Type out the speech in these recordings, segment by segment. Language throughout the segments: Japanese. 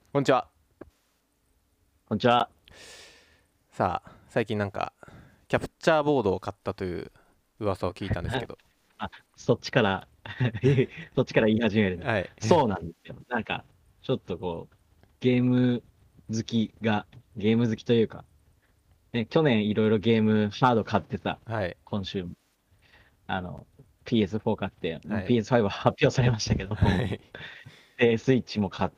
こんにちは。 こんにちは。 さあ、最近なんか、キャプチャーボードを買ったという噂を聞いたんですけど。 あ、そっちからそっちから言い始めるね。 はい。 そうなんですよ。ちょっとゲーム好きが、ゲーム好きというか、ね、去年いろいろゲームハード買ってさ、 はい。 今週も、あの、PS4 買って、もうはい。 PS5 は発表されましたけども、 はい。 で、スイッチも買って、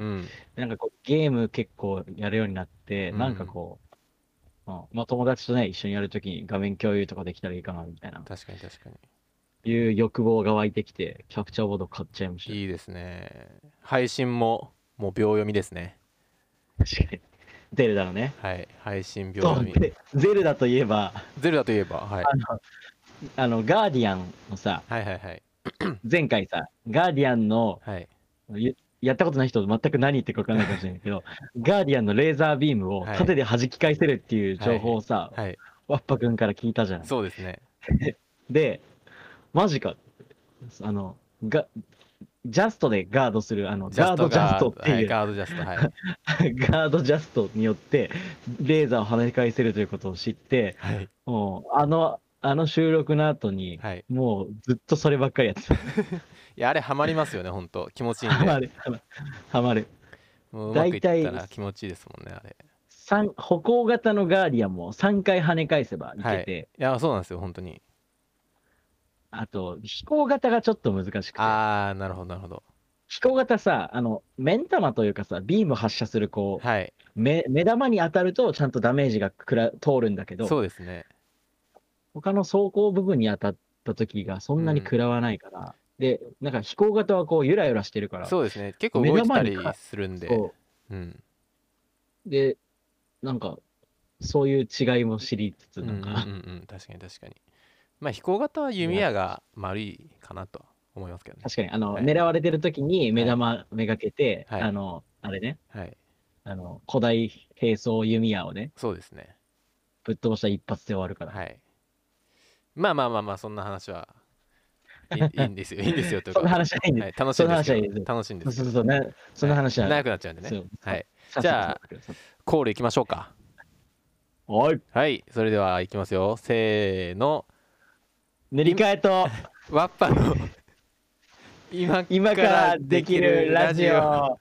うん。 ゲーム結構やるようになって、 うん。 まあ友達とね、一緒にやるときに画面共有とかできたらいいかな、みたいな、 確かに確かに。 いう欲望が湧いてきて、キャプチャーボード買っちゃいました。 いいですね。配信も、もう秒読みですね。 確かに。ゼルダのね。 はい。配信秒そう、 読み。 ゼルダといえば、 ゼルダといえば、はい。 あガーディアンのさ、 はいはいはい。 前回さ、ガーディアンの、 はい。 やったことない人全く何言ってるか分かんないかもしれないけど、ガーディアンのレーザービームをはい。 盾で弾き返せるっていう情報はい。 をさ、 はい。 ワッパくんから聞いたじゃん。 そうですね。 で、マジか。あの、が、ジャストでガードする、 ジャスガードジャストガード、はい。 トっていう、 ガードジャスト、はい。 ガードジャストによって、レーザーを跳ね返せるということを知って、 はい。 もう、あの収録の後に、 はい。 もうずっとそればっかりやってた。 いや、あれハマりますよね、ほんと。気持ちいいんで。 ハマる、ハマる。 もううまくいっただいたいら気持ちいいですもんね、あれ。 歩行型のガーディアンも3回跳ね返せばいはい。 けて、 いや、そうなんですよ、本当に。 あと、飛行型がちょっと難しくて、 あー、なるほど、なるほど。 飛行型さ、目ん玉というかさ、ビーム発射するはい。 目玉に当たるとちゃんとダメージが通るんだけど、 そうですね。 他の走行部分に当たった時がそんなにうん。 食らわないから、で、飛行型はこうゆらゆらしてるから、 そうですね。結構目動いて玉にか、 たりするんで。 そうん。 う。で、なんか、そういう違いも知りつつ、 うんうんうんうん。確かに確かに。まあ、飛行型はいや、 弓矢が丸いかなとは思いますけどね。 確かに、 はい。 狙われてる時に目はい。 玉めがけて、 はい。 あれね、 はい。 古代兵装弓矢をね、 そうですね。 ぶっ飛ばした一発で終わるから。 はい。まあまあまあまあ、そんな話はいいんですよ。いいんですよというか、 そんな話はいいんです。 はい。楽しいそんんですけど。 な話はいいです。 楽しいんですけど。 そうそうそう、そんはい。 な話は、 長くなっちゃうんでね。 そう、 はい。 さっさとさじゃあ、コールいきましょうか。 おい、 はい。それでは、いきますよ。せーの。 塗り替えと、 ワッパの今今かかららできできるラるラジオ。 ジオ。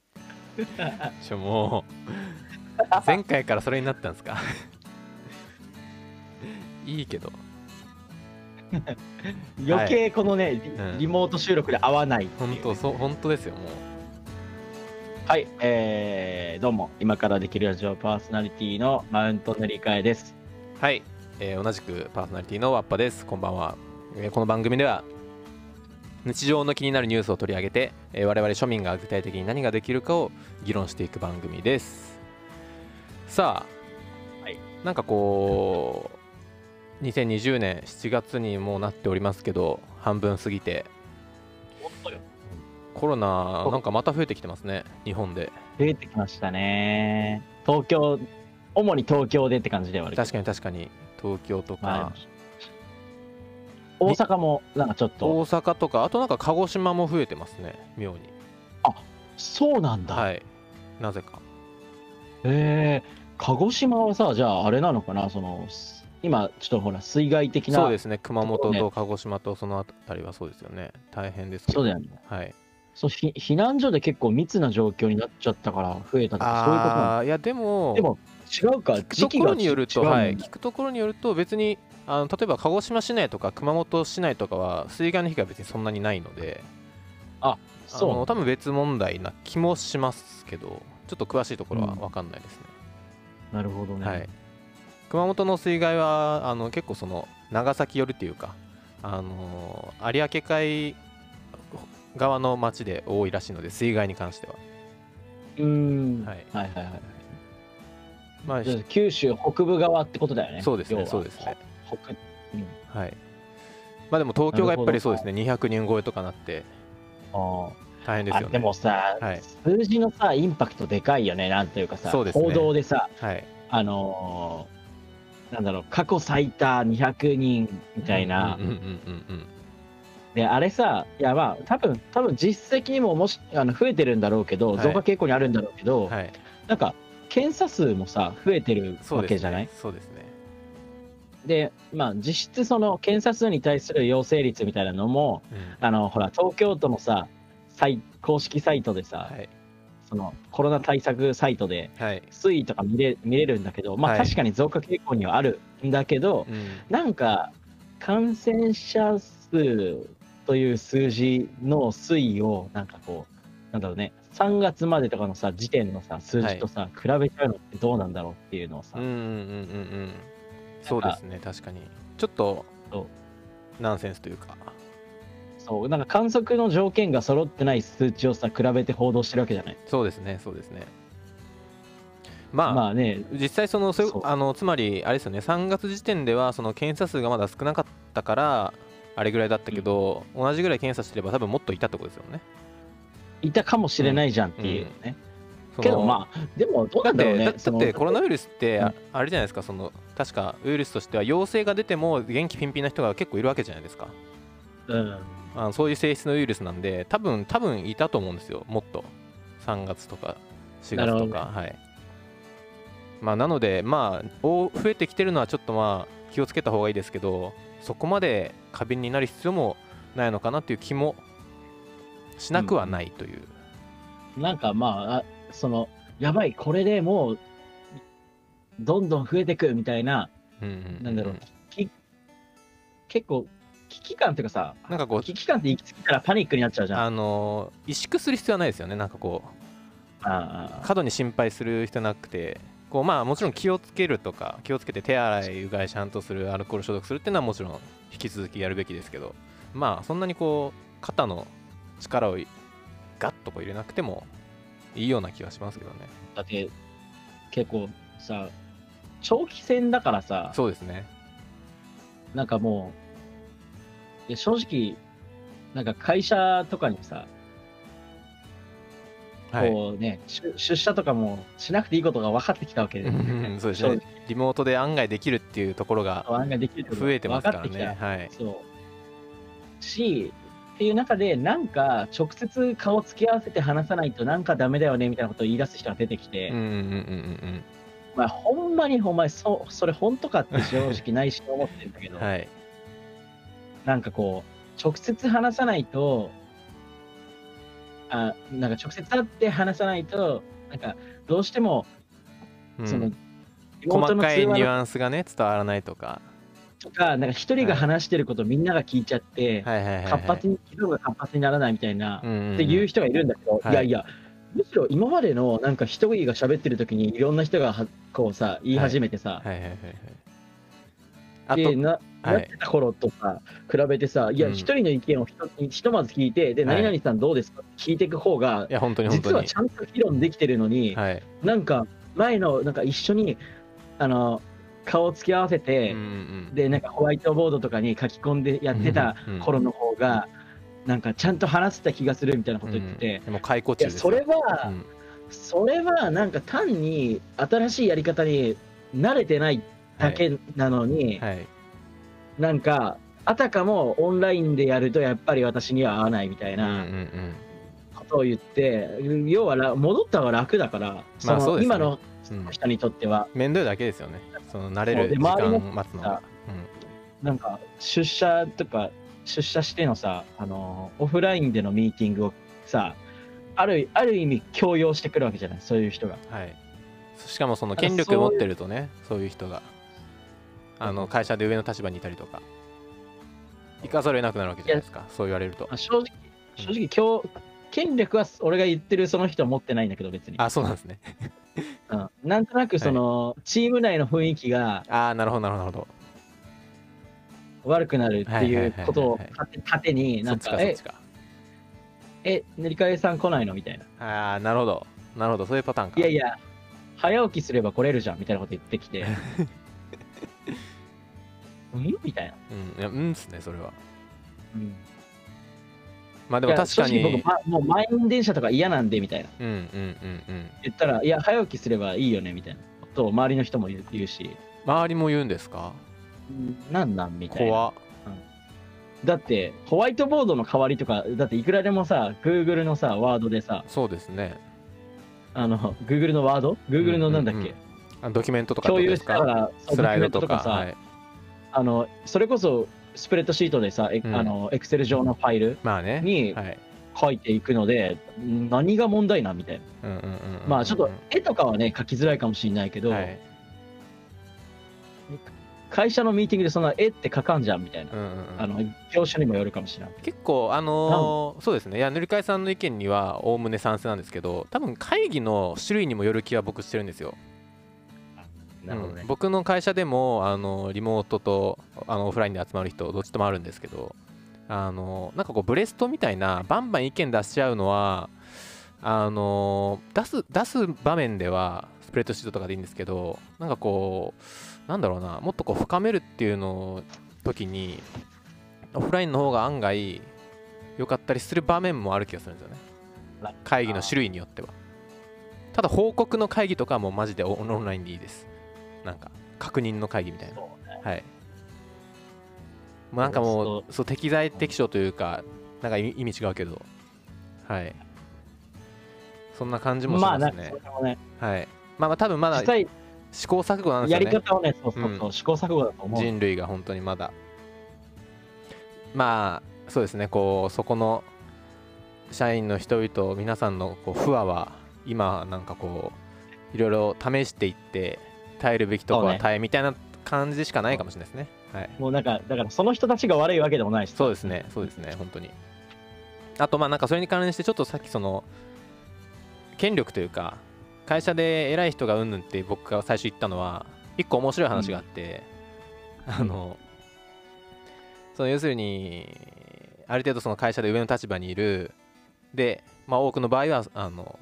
もう、前回からそれになったんですか？いいけど。 余はい。 計このね、 うん。 リモート収録で合わないっていうね。 本当そう、本当ですよ、もう。 はい、どうも、今からできるラジオパーソナリティのマウント塗り替えです。 はい。同じくパーソナリティのワッパです。こんばんは。この番組では、日常の気になるニュースを取り上げて、我々庶民が具体的に何ができるかを議論していく番組です。さはい。 あ、なんかこう、2020年7月にもうなっておりますけど、半分過ぎて、 本当よ。 コロナなんこかまた増えてきてますね、日本で。 増えてきましたね。主に東京でって感じではあるけ確かど。 に確かに、東京とまあでも、 か、 大に阪もちょっと、 大阪とか、あとなんか鹿児島も増えてますね、妙に。 あ、そうなんだ。 はい、なぜか。 鹿児島はさ、じゃああれなのかな、今、ちょっとほら、水害的なそうですね、熊ところで、 本と鹿児島とそのあたりはそうですよね。大変ですけど。 そうだよね。 はい。 避難所で結構密な状況になっちゃったから増えたとか、そういうことなの？ いやでも、 でも、違うか、 聞くところによると、はい、 違うもんね。 聞くところによると、別に、例えば鹿児島市内とか熊本市内とかは、水害の被害は別にそんなにないので、 あ、そうなんだ。 多分別問題な気もしますけど、ちょっと詳しいところはうん。 分かんないですね。 なるほどね。 はい。熊本の水害は結構その長崎寄りっていうか、有明海側の町で多いらしいので、水害に関しては。 うーん。 はい。 はいはいはいはい。 まあ、 じゃあ九州北部側ってことだよね。 そうですね、そ要は。 うですね。 うん。 はい。まあでも東京がやっなるほどな。 ぱりそうですね、200人超えとかなってあで大変ですよね。 もさ、 はい。 数字のさ、インパクトでかいよね。なんというかさ、 そうです報ね。 道でさ、 はい。 過去最多200人みうんうんうんうんたいな、 うんうん。 で、あれさ、いやまあ、多分実績にも増えてるんだろうけど、 はい増加傾向にあるんだろうけど、 はい、 なんか、検査数もさ、増えてるそうですわけじゃない？ ね、そうですね。 で、まあ、実質その検査数に対する陽性率みたいなのも、 うん、 ほら、東京都のさ、公式サイトでさ、 はいそのコロナ対策サイトではい、 推移とか見れるんだけど、まあはい確かに増加傾向にはあるんだけど、 うん、 なんか感染者数という数字の推移をなんかこう、なんだろうね、3月までとかのさ、時点のさ、数字とさ、比べちゃうのってどうなんだろうっていうのをさ、 うんうんうんうんうん、 なんか、 そうですね、確かにちょっとそうナンセンスというか、 そう、なんか観測の条件が揃ってない数値をさ、比べて報道してるわけじゃない。 そうですね、そうですね。まあまあね、 実際そうつまりあれですよね、3月時点ではその検査数がまだ少なかったからあれぐらいだったけど、同じぐらい検査してれば多分もっといたってことですよね。 いたかもしれないじゃんっていうね。けどまあ、でもどうなんだろうね。 だってコロナウイルスってうんあれじゃないですか、確かウイルスとしては陽性が出ても元気ピンピンな人が結構いるわけじゃないですか。 うんそういう性質のウイルスなんで多分いたと思うんですよ、もっと3月とか4月とか、はい。まあなのでまあ増えてきてるのはちょっとまあ気をつけた方がいいですけど、そこまで過敏になる必要もないのかなっていう気もしなくはないという、 なんかまあ、やばい、これでもう、どんどん増えてくみたいな、なんだろう、結構、危機感っていうかさ、 なんかこう危機感って行き過ぎたらパニックになっちゃうじゃん。 萎縮する必要はないですよね。なんかこう過度に心配する必要なくて、こうまあもちろん気をつけるとか、気をつけて手洗いうがいちゃんとする、アルコール消毒するっていうのはもちろん引き続きやるべきですけど、まあそんなにこう肩の力をガッとこう入れなくてもいいような気がしますけどね。 だって、結構さ、長期戦だからさ、 そうですね。 なんかもう、いや正直、なんか会社とかにさ、 はい。 こうね、出社とかもしなくていいことが分かってきたわけで、 そうですね。リモートで案外できるっていうところが案外できるってこと増えてますから分かってきた。。 ねはい。 そうっていう中で、なんか直接顔つき合わせて話さないとなんかダメだよねみたいなことを言い出す人が出てきて、まあほんまにそれ本当かって正直内心思ってるんだけど、 はい。 なんかこう、直接話さないと、なんか直接会って話さないと、なんかどうしても、その、 細かいニュアンスがね伝わらないとか、 なんか一人が話してることをみんなが聞いちゃって、気分が活発にならないみたいな、っていう人がいるんだけど、いやいや、むしろ今までのなんか一人が喋ってる時にいろんな人がこうさ、言い始めてさ、で、なってた頃とか比べてさ、いや、一人の意見をひとまず聞いて、で、何々さんどうですかって聞いていく方が、実はちゃんと議論できてるのに、なんか前の、なんか一緒に、顔をつき合わせて、で、なんかホワイトボードとかに書き込んでやってた頃の方が、なんかちゃんと話せた気がするみたいなこと言ってて、 でも解雇中ですよ。 それはなんか単に新しいやり方に慣れてないだけなのに、なんかあたかもオンラインでやるとやっぱり私には合わないみたいなことを言って、要は戻った方が楽だから、今の人にとっては面倒いだけですよね。慣れる時間待つのが。 なんか出社してのさ、オフラインでのミーティングをさ、ある意味強要してくるわけじゃない、そういう人が。 しかもその権力持ってるとね、そういう人が会社で上の立場にいたりとか行かざるを得なくなるわけじゃないですか、そう言われると。 正直権力は俺が言ってるその人は持ってないんだけど、別に。 そうなんですね。 なんとなくチーム内の雰囲気がなるほど悪くなるっていうことを盾に、なんか塗り替えさん来ないのみたいな。なるほどそういうパターンか。 いやいや早起きすれば来れるじゃんみたいなこと言ってきてみたいな。 っすね、それは。まあでも確かに僕もう満員電車とか嫌なんでみたいな言ったら、いや早起きすればいいよねみたいなことを周りの人も言うし。 周りも言うんですか？ なんみたいな。 怖っ。 だってホワイトボードの代わりとか、だっていくらでもさ Google のさワードでさ、 そうですね、 Google のワード Google のなんだっけ、 ドキュメントとか共有したらスライドとかさ、はい、 それこそスプレッドシートでさ、Excel 上のファイルに書いていくので、何が問題なみたいな。まあちょっと絵とかはね書きづらいかもしれないけど、はい、会社のミーティングでそんな絵って書かんじゃんみたいな、業種にもよるかもしれない。 結構そうですね、いや塗り替えさんの意見にはおおむね賛成なんですけど、多分会議の種類にもよる気は僕してるんですよ。なるほどね。僕の会社でもリモートとオフラインで集まる人どっちともあるんですけど、なんかこうブレストみたいなバンバン意見出しちゃうのは出す場面ではスプレッドシートとかでいいんですけど、なんかこうなんだろうな、もっとこう深めるっていうの時にオフラインの方が案外良かったりする場面もある気がするんですよね、会議の種類によっては。ただ報告の会議とかはもうマジでオンラインでいいです。なんか確認の会議みたいな、はい、もうなんかもうそう適材適所というか、なんか意味違うけど、はい、そんな感じもしますね。はい、まあ多分まだ試行錯誤なんですよね。 やり方をね、そう試行錯誤だと思う。 人類が本当にまだ、まあそうですね、こうそこの社員の人々皆さんのこう不和は今なんかこういろいろ試していって耐えるべきとこは耐えみたいな感じしかないかもしれないですね。はい、 もうなんかだからその人たちが悪いわけでもないし。 そうですね、そうですね、本当に。あとまあなんかそれに関連してちょっとさっきその権力というか会社で偉い人がうんぬんって僕が最初言ったのは一個面白い話があって、その要するにある程度その会社で上の立場にいるで、まあ、多くの場合は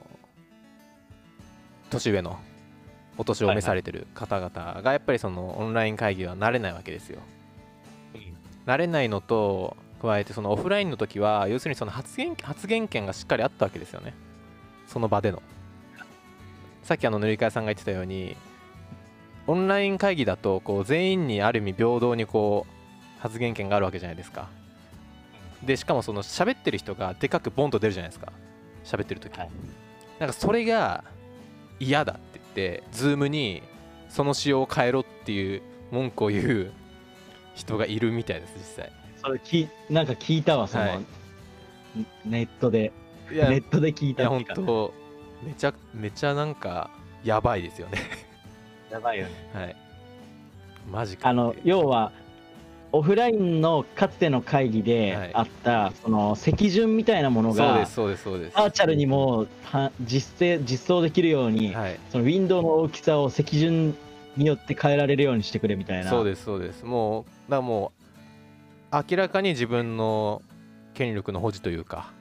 年上のお年を召されてる方々がやっぱりそのオンライン会議は慣れないわけですよ。慣れないのと加えてそのオフラインの時は要するにその発言権がしっかりあったわけですよね、その場での。さっき塗り替えさんが言ってたようにオンライン会議だとこう全員にある意味平等にこう発言権があるわけじゃないですか。でしかもその喋ってる人がでかくボンと出るじゃないですか、喋ってる時、なんかそれが嫌だって言ってズームにその仕様を変えろっていう文句を言う人がいるみたいです実際。 それなんか聞いたわ、その、ネットで聞いた。 いや本当めちゃなんかやばいですよねやばいよね。 はい、マジか。 要はオフラインのかつての会議であった、その席順みたいなものがバーチャルにも実装できるように、そのウィンドウの大きさを席順によって変えられるようにしてくれみたいな。 そうですそうです。もうだからもう明らかに自分の権力の保持というか、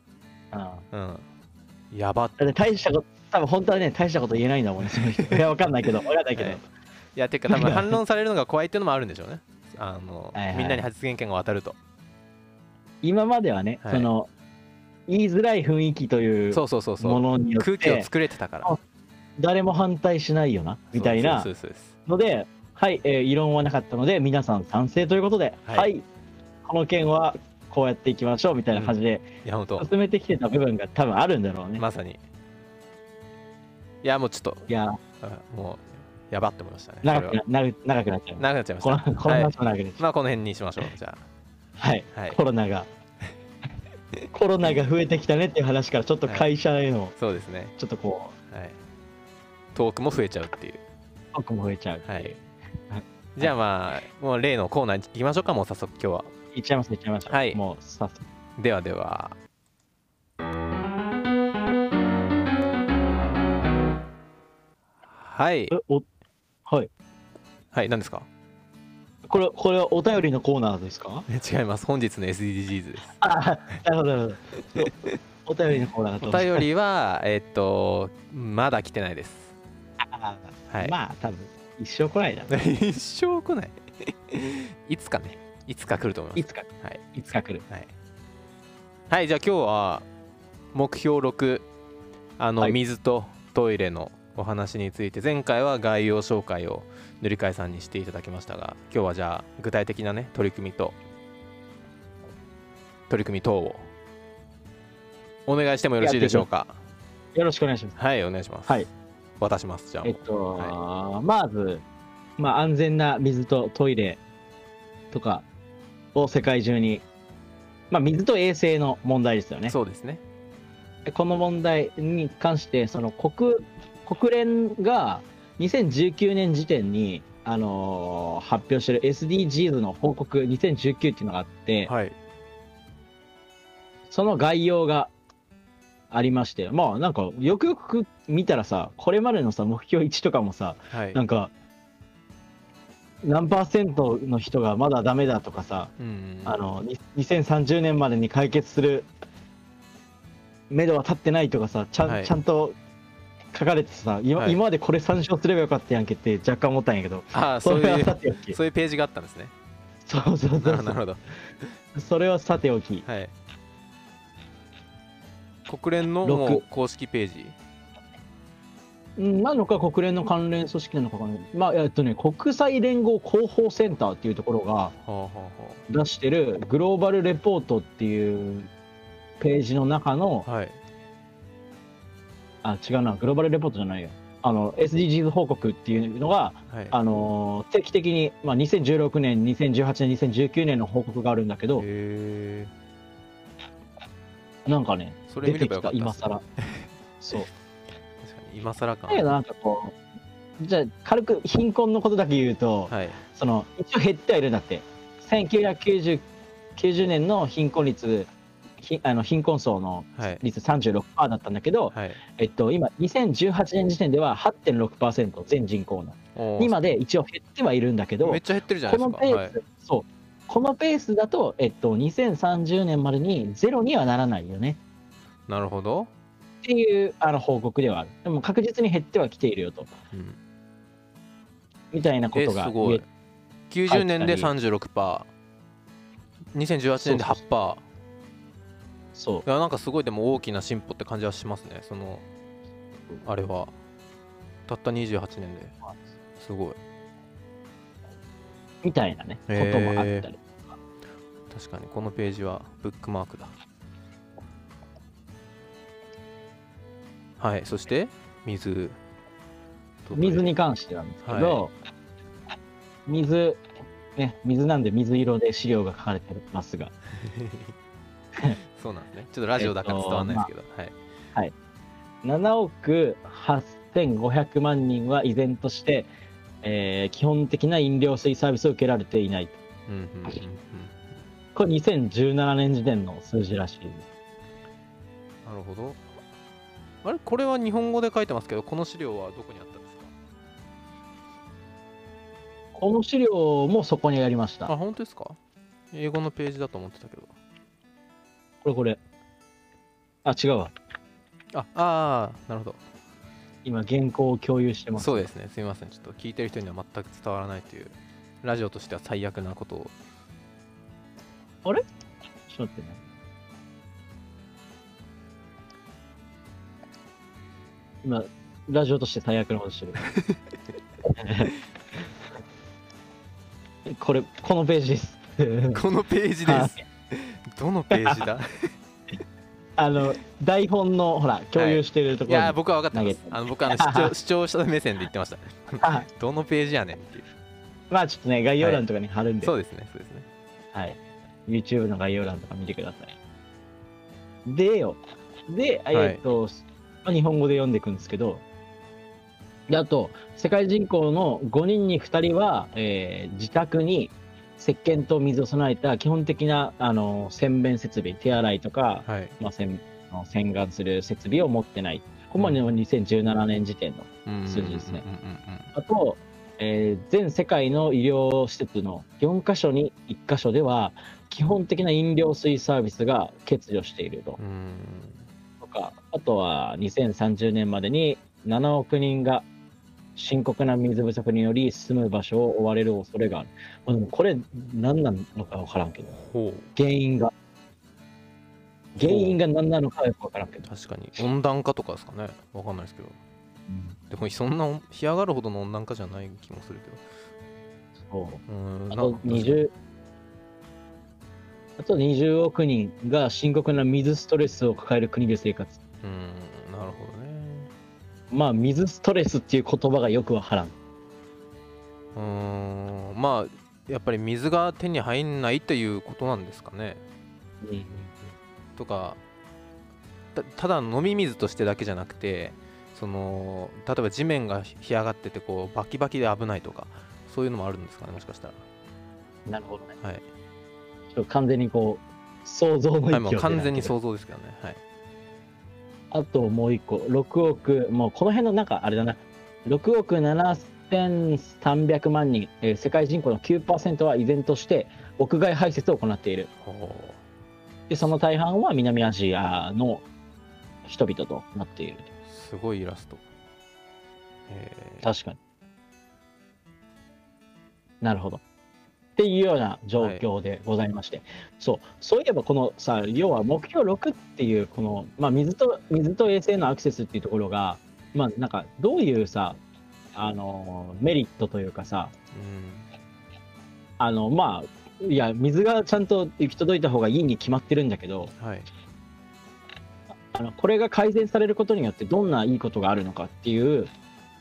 やばって。 大したこと多分本当はね大したこと言えないんだもんね、その人。いやわかんないけど、いやてか多分反論されるのが怖いっていうのもあるんでしょうね。みんなに発言権が渡ると。 今まではね、その言いづらい雰囲気というものによって空気を作れてたから、 誰も反対しないよなみたいなので、はい、異論はなかったので皆さん賛成ということで、はい、この件はこうやっていきましょうみたいな感じで進めてきてた部分が多分あるんだろうね。 まさに。いやもうちょっともうやばって思いましたね。 長くなっちゃいました。この話も長くなっちゃいました。 まあこの辺にしましょう。じゃあはい、コロナが増えてきたねっていう話からちょっと会社へのそうですね、 ちょっとこうトークも増えちゃうっていう。 トークも増えちゃう。 はい。じゃあまあもう例のコーナー行きましょうか。もう早速今日は。 行っちゃいましょう。はい。もう早速。 ではでは。はい。 はい。 はい、何ですか？ これはお便りのコーナーですか？ 違います。本日の SDGs です。 なるほど。お便りのコーナーだと。 お便りはまだ来てないです。 はい。まあ多分一生来ないだろう。 一生来ない。いつか来ると思います。 いつか来る。 はい。はい、じゃあ今日は目標6、水とトイレのお話について、前回は概要紹介を塗り替えさんにしていただきましたが、今日はじゃあ具体的なね取り組みと取り組み等をお願いしてもよろしいでしょうか。 よろしくお願いします。 はい、お願いします。 はい。 渡します。じゃあ。まず、安全な水とトイレとかを世界中に、水と衛生の問題ですよね。 そうですね。 この問題に関して、その国連が2019年時点に、発表してる SDGs の報告2019っていうのがあって、 はい、 その概要がありまして、なんかよくよく見たらさ、これまでのさ目標1とかもさ、 はい、 なんか何%の人がまだダメだとかさ、2030年までに解決する目処は立ってないとかさ、ちゃんと書かれてさ、今までこれ参照すればよかったやんけって若干思ったんやけど、 そういうページがあったんですね。 そうなるほど。それはさておき、 はい、国連の公式ページなのか国連の関連組織なのかわかんない。国際連合広報センターっていうところが出してるグローバルレポートっていうページの中の、 はい、 違うな、グローバルレポートじゃないよ。SDGs 報告っていうのが、はい、定期的に、2016年、2018年、2019年の報告があるんだけど、なんかね、 それ見ればよかった出てきた、今更。そう。 確かに今更感。 なんかこう、じゃあ、軽く貧困のことだけ言うと、 はい、 一応減ってはいるんだって。1990年の貧困率、貧困層の率 36% だったんだけど、 はい、 今、2018年時点では 8.6% 全人口の。にまで一応減ってはいるんだけど、 めっちゃ減ってるじゃないですか。 このペース、そう。このペースだと、2030年までにゼロにはならないよね。 なるほど。 っていう報告ではある。でも確実に減ってはきているよと。みたいなことが。 すごい。90年で 36%、2018年で 8%。 そう。 いや、なんかすごいでも大きな進歩って感じはしますね。あれは。たった28年で。すごい。 みたいなね、こともあったりとか。 確かにこのページはブックマークだ。はい、そして水に関してなんですけど、水なんで水色で資料が書かれてますがそうなんですね。ちょっとラジオだから伝わらないですけど、 はい、7億8500万人は依然として、基本的な飲料水サービスを受けられていないと。これ2017年時点の数字らしいです。 なるほど。あれ、これは日本語で書いてますけど、この資料はどこにあったんですか？ この資料もそこにありました。 あ、本当ですか？英語のページだと思ってたけど。 これ。あ、違うわ。 なるほど。 今、原稿を共有してます。 そうですね。すみません。ちょっと聞いてる人には全く伝わらないという、ラジオとしては最悪なことを。 あれ？ちょっと待ってね。今、ラジオとして最悪なことしてる。このページです。 このページです。どのページだ？ 台本のほら共有してるところ、 いや僕は分かってます。僕視聴者目線で言ってました。どのページやねんっていう。 まあちょっとね概要欄とかに貼るんで、 そうですね。 はい、YouTube の概要欄とか見てください。で、日本語で読んでいくんですけど、であと世界人口の5人に2人は、自宅に石鹸と水を備えた基本的な洗面設備、手洗いとか、洗顔する設備を持ってない。ここまでの2017年時点の数字ですね。あと、全世界の医療施設の4カ所に1カ所では基本的な飲料水サービスが欠如していると。とか、あとは2030年までに7億人が深刻な水不足により住む場所を追われる恐れがある。でもこれ何なのか分からんけど、原因が何なのかはよく分からんけど。 確かに温暖化とかですかね。分かんないですけど、でもそんな干上がるほどの温暖化じゃない気もするけど。 そう。あとあと20億人が深刻な水ストレスを抱える国で生活。 なるほどね。 まあ水ストレスっていう言葉がよくわからん。 まあやっぱり水が手に入んないということなんですかね。とかただ飲み水としてだけじゃなくて、例えば地面が干上がっててこうバキバキで危ないとか、そういうのもあるんですかね、もしかしたら。 なるほどね。 はい。 完全にこう想像の域を、 もう完全に想像ですけどね。はい。 あともう一個、6億、もうこの辺のなんかあれだな、6億7300万人、世界人口の 9% は依然として屋外排泄を行っている。で、その大半は南アジアの人々となっている。 すごいイラスト。 確かに。なるほど。っていうような状況でございまして、そういえばこのさ、要は目標6っていうこの、まあ、水と衛星のアクセスっていうところが、まあなんかどういうさ、メリットというかさ、まあいや水がちゃんと行き届いた方がいいに決まってるんだけど、 はい、 これが改善されることによってどんないいことがあるのかっていう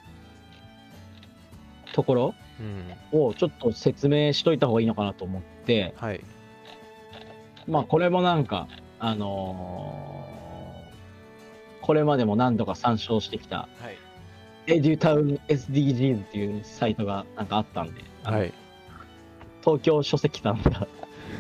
ところをちょっと説明しといた方がいいのかなと思って、 はい、 まあこれもなんかこれまでも何度か参照してきた、はい、エデュタウン SDGs っていうサイトがなんかあったんで、 はい、 東京書籍さんが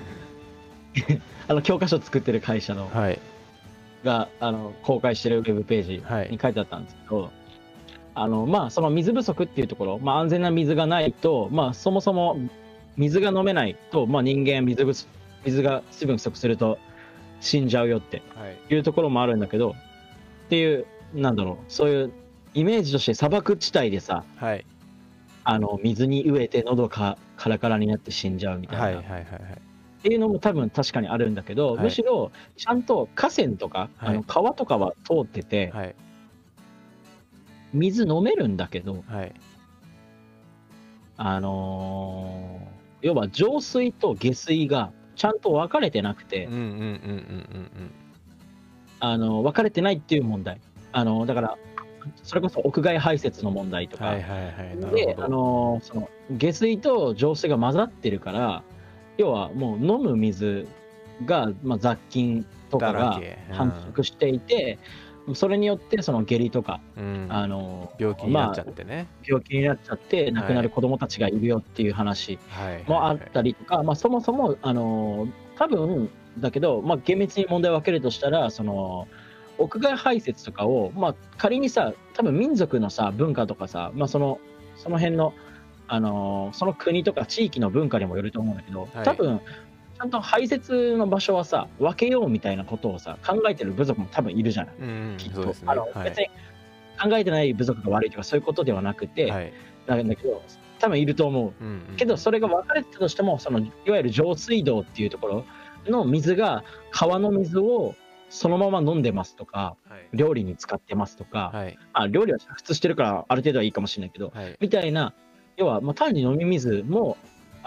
教科書作ってる会社の、 はい、 が公開してるウェブページに書いてあったんですけど、まあその水不足っていうところ、まあ、安全な水がないと、まあ、そもそも水が飲めないと、まあ、人間水が水分不足すると死んじゃうよっていうところもあるんだけど、っていうなんだろう、そういうイメージとして砂漠地帯でさ、 はい、 水に飢えて喉がカラカラになって死んじゃうみたいな、っていうのも多分確かにあるんだけど、はい、むしろちゃんと河川とか、はい、川とかは通ってて、はい、水飲めるんだけど、はい、要は浄水と下水がちゃんと分かれてなくて、分かれてないっていう問題。だからそれこそ屋外排泄の問題とかで、その下水と浄水が混ざってるから、要はもう飲む水が、まあ、雑菌とかが繁殖していて、それによってその下痢とか、 病気になっちゃってね、 病気になっちゃって亡くなる子どもたちがいるよっていう話もあったりとか、まあ、そもそも多分だけど、まあ、厳密に問題を分けるとしたら、その屋外排泄とかを、まあ、仮にさ、多分民族のさ文化とかさ、まあ、その辺のその国とか地域の文化にもよると思うんだけど、多分ちゃんと排泄の場所はさ分けようみたいなことをさ考えてる部族も多分いるじゃない、きっと。別に考えてない部族が悪いとかそういうことではなくて、なんだけど多分いると思う、けどそれが分かれてたとしても、そのいわゆる上水道っていうところの水が川の水をそのまま飲んでますとか、料理に使ってますとか、料理は煮沸してるからある程度はいいかもしれないけど、みたいな、要はまあ単に飲み水も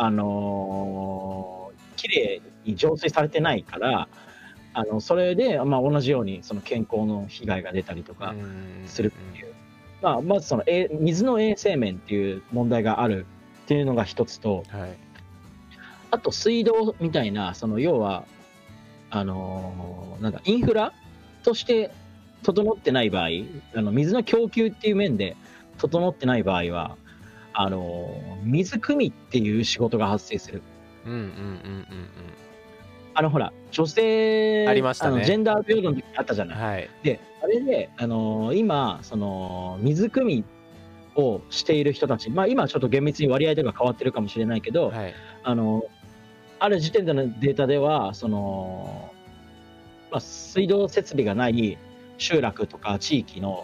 きれいに浄水されてないから、それで、まあ、同じようにその健康の被害が出たりとかするっていう、まあ、まずその水の衛生面っていう問題があるっていうのが一つと、あと水道みたいな、その要はなんかインフラとして整ってない場合、水の供給っていう面で整ってない場合は、水汲みっていう仕事が発生する。ほら女性ありましたね、 ジェンダー平等の時にあったじゃない、であれで、今その水汲みをしている人たち、まあ今ちょっと厳密に割合とか変わってるかもしれないけど、ある時点でのデータではその、まあ、水道設備がない集落とか地域の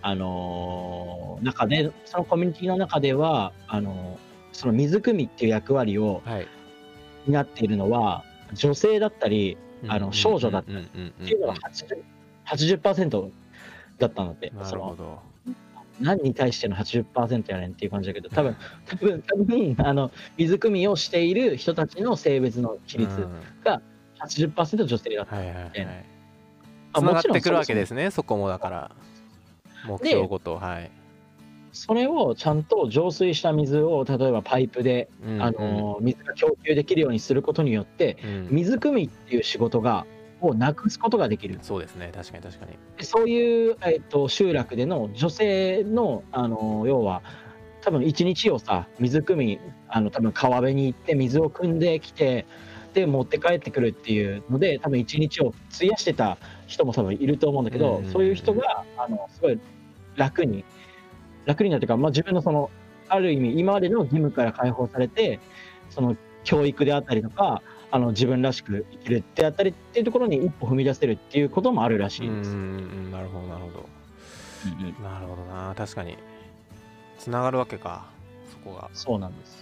中で、そのコミュニティの中ではその水汲みっていう役割を担っているのは女性だったり少女だったりっていうのが 80% だったので、 なるほど。 何に対しての 80% やねんっていう感じだけど、多分水汲みをしている人たちの性別の比率が 80% 女性だったみたいな。 つながってくるわけですね、そこもだから。目標ごと、はい。 それをちゃんと浄水した水を例えばパイプで、水が供給できるようにすることによって、水汲みっていう仕事をなくすことができる。 そうですね、確かに確かに。 そういう、集落での女性の、要は多分一日をさ、水汲み、多分川辺に行って水を汲んできて、で持って帰ってくるっていうので、多分一日を費やしてた人も多分いると思うんだけど、そういう人がすごい楽になるというか、自分のそのある意味今までの義務から解放されて、その教育であったりとか、自分らしく生きるであったりっていうところに一歩踏み出せるっていうこともあるらしいです。 なるほどなるほど。なるほどな、確かにつながるわけか、そこが。 そうなんです。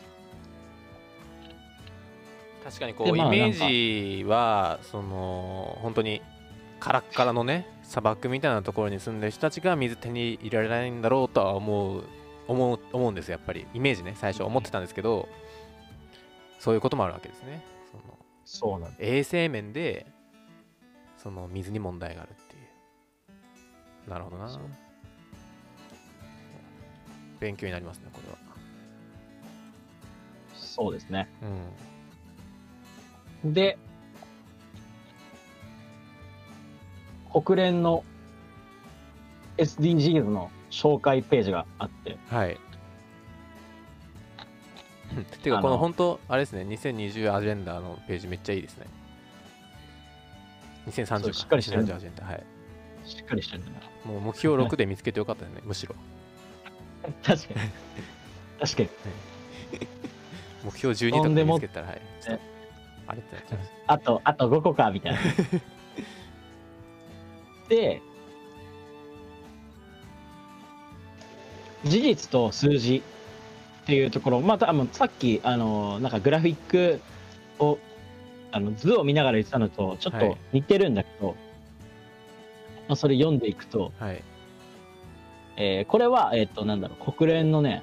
確かにこうイメージはその本当にカラッカラのね砂漠みたいなところに住んでる人たちが水手に入れられないんだろうとは思うんですよ、やっぱりイメージね、最初思ってたんですけど、そういうこともあるわけですね。 そうなんです。 衛生面でその水に問題があるっていう。なるほどな、勉強になりますね、これは。 そうですね。で、国連の SDGs の紹介ページがあって、 はい。ていうかこの本当あれですね、2020アジェンダのページめっちゃいいですね。2030か。 しっかりしてる。 2030アジェンダ、はい。 しっかりしてるんだな。 もう目標6で見つけてよかったですね、むしろ。 確かに。確かに。 目標12とか見つけたら、はい。あれってなっちゃいます。 あと5個か、みたいな。で、事実と数字っていうところ、またさっきなんかグラフィックを図を見ながら言ってたのとちょっと似てるんだけど、それ読んでいくと、 はい、 これはなんだろう、国連のね、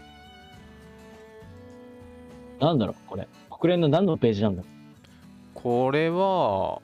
なんだろう、これ国連の何のページなんだろう。 これは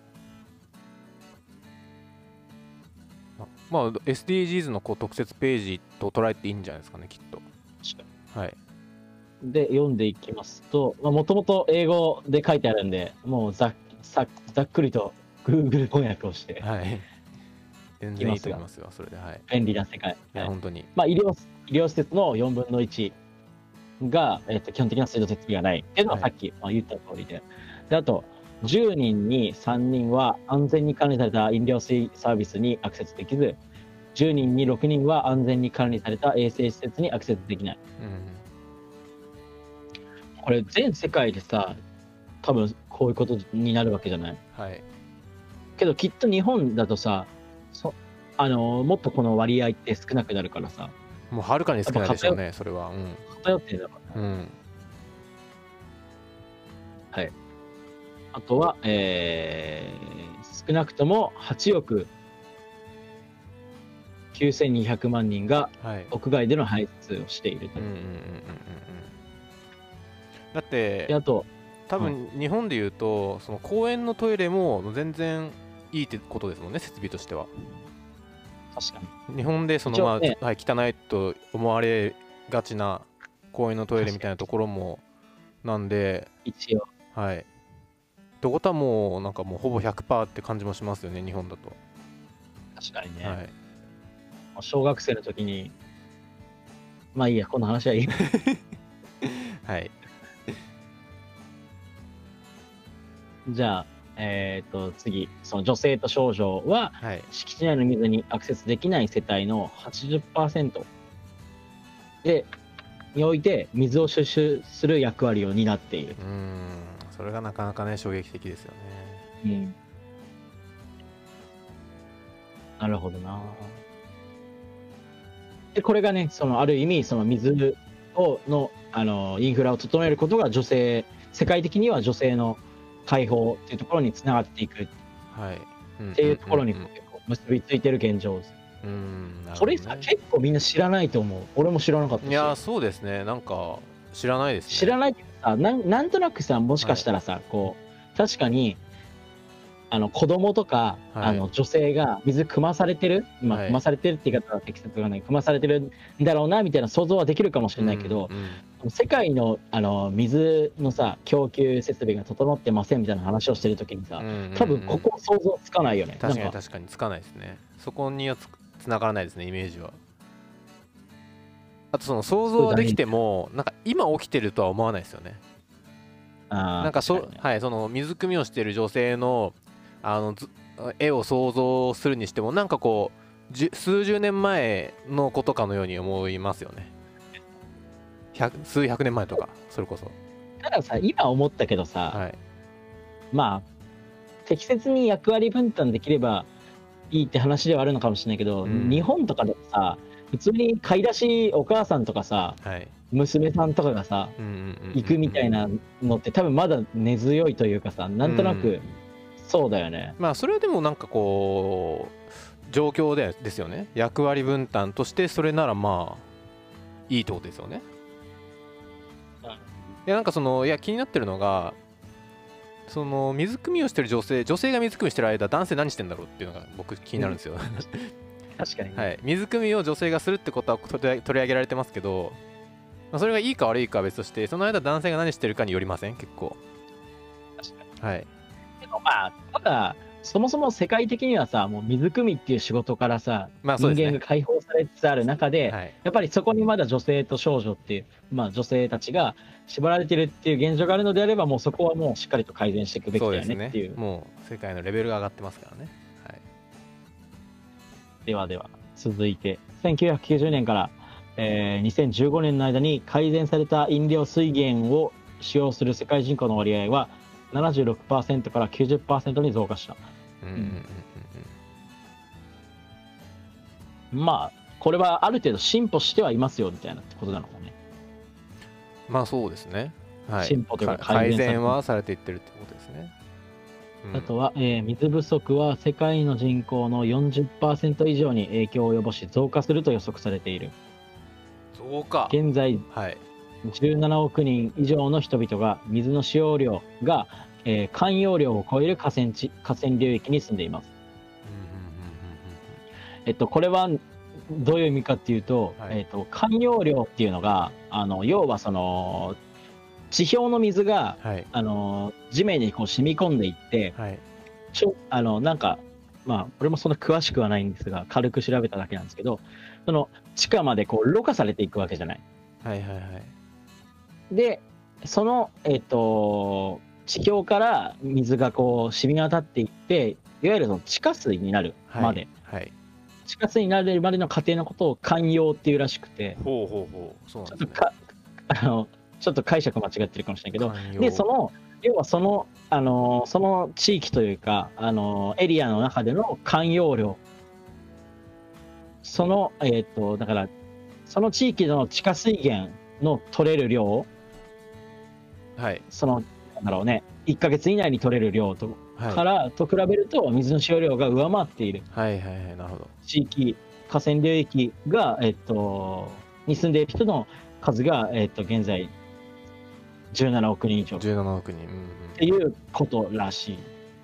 SDGs の特設ページと捉えていいんじゃないですかね、きっと。はい。 で、読んでいきますと、もともと英語で書いてあるんで、もうざっくりと Google 翻訳をして。 はい。全然いいと思いますよ、それで。はい。 便利な世界。 いや、本当に。 医療施設の4分の1が、基本的な水道設備がないっていうのはさっき言った通りで。で、あと、10人に3人は安全に管理された飲料水サービスにアクセスできず、10人に6人は安全に管理された衛生施設にアクセスできない。これ全世界でさ、多分こういうことになるわけじゃない。 はい。けどきっと日本だとさ、もっとこの割合って少なくなるからさ。 もうはるかに少ないでしょうね、それは。 偏ってるだから。はい。あとは、少なくとも8億9200万人が屋外での排出をしていると。 だってあと多分日本でいうと、その公園のトイレも全然いいってことですもんね、設備としては。 確かに。 日本でその、汚いと思われがちな公園のトイレみたいなところもなんで、 一応。 はい。ってことはもうなんかもうほぼ 100% って感じもしますよね、日本だと。 確かにね。はい。小学生の時に、まあいいや、この話はいい。 はい。 じゃあ、次、その女性と少女は、敷地内の水にアクセスできない世帯の 80% において水を収集する役割を担っている。 それがなかなかね、衝撃的ですよね。 なるほどな。で、これがね、ある意味、その水のインフラを整えることが世界的には女性の解放っていうところにつながっていくっていうところに結構結びついてる現状です。これさ、結構みんな知らないと思う。俺も知らなかったし。 いや、そうですね。なんか知らないですね。 知らないけどさ、なんとなくさ、もしかしたらさ、こう確かに子供とか、女性が水汲まされてる、汲まされてるって言い方は適切がない、汲まされてるんだろうなみたいな想像はできるかもしれないけど、世界の水のさ供給設備が整ってませんみたいな話をしてる時にさ、多分ここ想像つかないよね。 確かにつかないですね。そこにはつながらないですね、イメージは。あとその想像はできてもなんか今起きてるとは思わないですよね。なんかその水汲みをしている女性の絵を想像するにしてもなんかこう数十年前のことかのように思いますよね。数百年前とかそれこそ。 たださ、今思ったけどさ、まあ適切に役割分担できればいいって話ではあるのかもしれないけど、日本とかでもさ普通に買い出しお母さんとかさ、娘さんとかがさ行くみたいなのって多分まだ根強いというかさ、なんとなくそうだよね。 まあそれはでもなんかこう状況ですよね。役割分担としてそれならまあいいってことですよね。いやなんかいや気になってるのがその水汲みをしてる女性が水汲みしてる間男性何してんだろうっていうのが僕気になるんですよ。 確かに、 水汲みを女性がするってことは取り上げられてますけど、それがいいか悪いかは別としてその間男性が何してるかによりません？結構。 確かに。でもまあただそもそも世界的にはさもう水汲みっていう仕事からさ、人間が解放されつつある中で、やっぱりそこにまだ女性と少女っていう、女性たちが縛られてるっていう現状があるのであればもうそこはもうしっかりと改善していくべきだよねっていう。 もう世界のレベルが上がってますからね。 では続いて1990年から、2015年の間に改善された飲料水源を使用する世界人口の割合は 76% から 90% に増加した。まあこれはある程度進歩してはいますよみたいなことなのかね。 まあそうですね。 進歩というか改善はされていってるってことですね。 あとは、水不足は世界の人口の 40% 以上に影響を及ぼし増加すると予測されている。 増加。 現在、17億人以上の人々が水の使用量が、含用量を超える河川流域に住んでいます。これはどういう意味かっていうと、含用量っていうのが要はその地表の水が、地面にこう染み込んでいって、なんか俺もそんな詳しくはないんですが軽く調べただけなんですけど、その地下までこうろ過されていくわけじゃない。でその地表から水がこう染み渡っていっていわゆるその地下水になるまで、地下水になるまでの過程のことを含用っていうらしくて、ちょっと解釈間違ってるかもしれないけど、で要はその地域というかエリアの中での含用量、だからその地域の地下水源の取れる量、なんだろうね、1ヶ月以内に取れる量とからと比べると水の使用量が上回っている地域、河川流域がに住んでいる人の数が現在17億人以上っていうことらし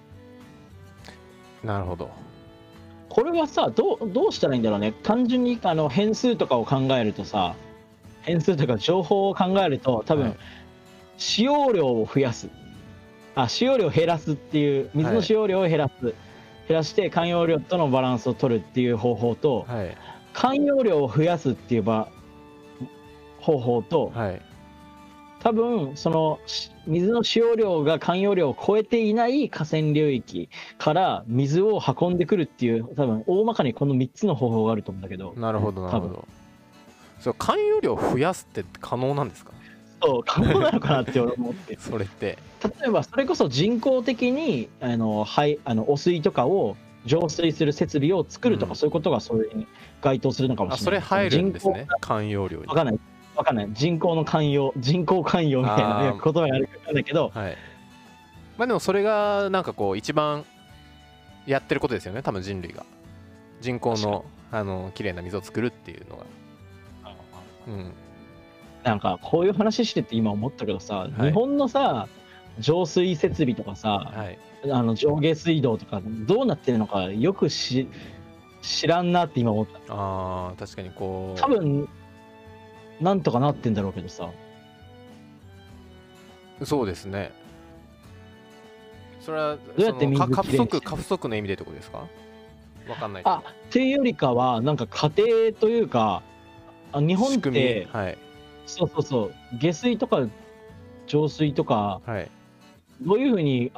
い。 なるほど。 これはさどうしたらいいんだろうね。単純に変数とかを考えるとさ、変数とか情報を考えると多分、使用量を増やす、使用量を減らすっていう、水の使用量を減らして含用量とのバランスを取るっていう方法と、含用量を増やすっていう方法と、多分その水の使用量が含用量を超えていない河川流域から水を運んでくるっていう多分大まかにこの3つの方法があると思うんだけど。 なるほどなるほど。そう、含有量を増やすって可能なんですか？ そう可能なのかなって思ってそれって例えばそれこそ人工的に汚水とかを浄水する設備を作るとか、そういうことがそれに該当するのかもしれない。 それ入るんですね、含有量に。 分かんない人工含用みたいな言葉があるか分かんないけど、 まあでもそれがなんかこう一番やってることですよね、多分人類が人工の綺麗な水を作るっていうのが。なんかこういう話してて今思ったけどさ、日本のさ浄水設備とかさ、 はい、 上下水道とかどうなってるのかよく知らんなって今思った。 ああ、確かにこう。 多分、なんとかなってんだろうけどさ。 そうですね。それは、 どうやって水過不足の意味でってことですか？わかんない。 っていうよりかは、なんか家庭というか、日本って、 はい、 そうそうそう、下水とか浄水とか、 はい、 どういうふうに、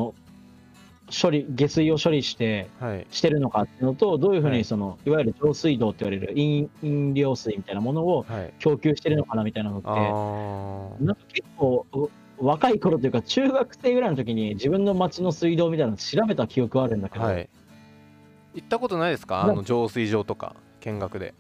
下水を処理して、してるのかっていうのと、どういうふうにいわゆる浄水道って言われる飲料水みたいなものを供給してるのかなみたいなのって、なんか結構、若い頃というか、中学生ぐらいの時に自分の町の水道みたいなの調べた記憶はあるんだけど、 行ったことないですか？浄水場とか、見学で。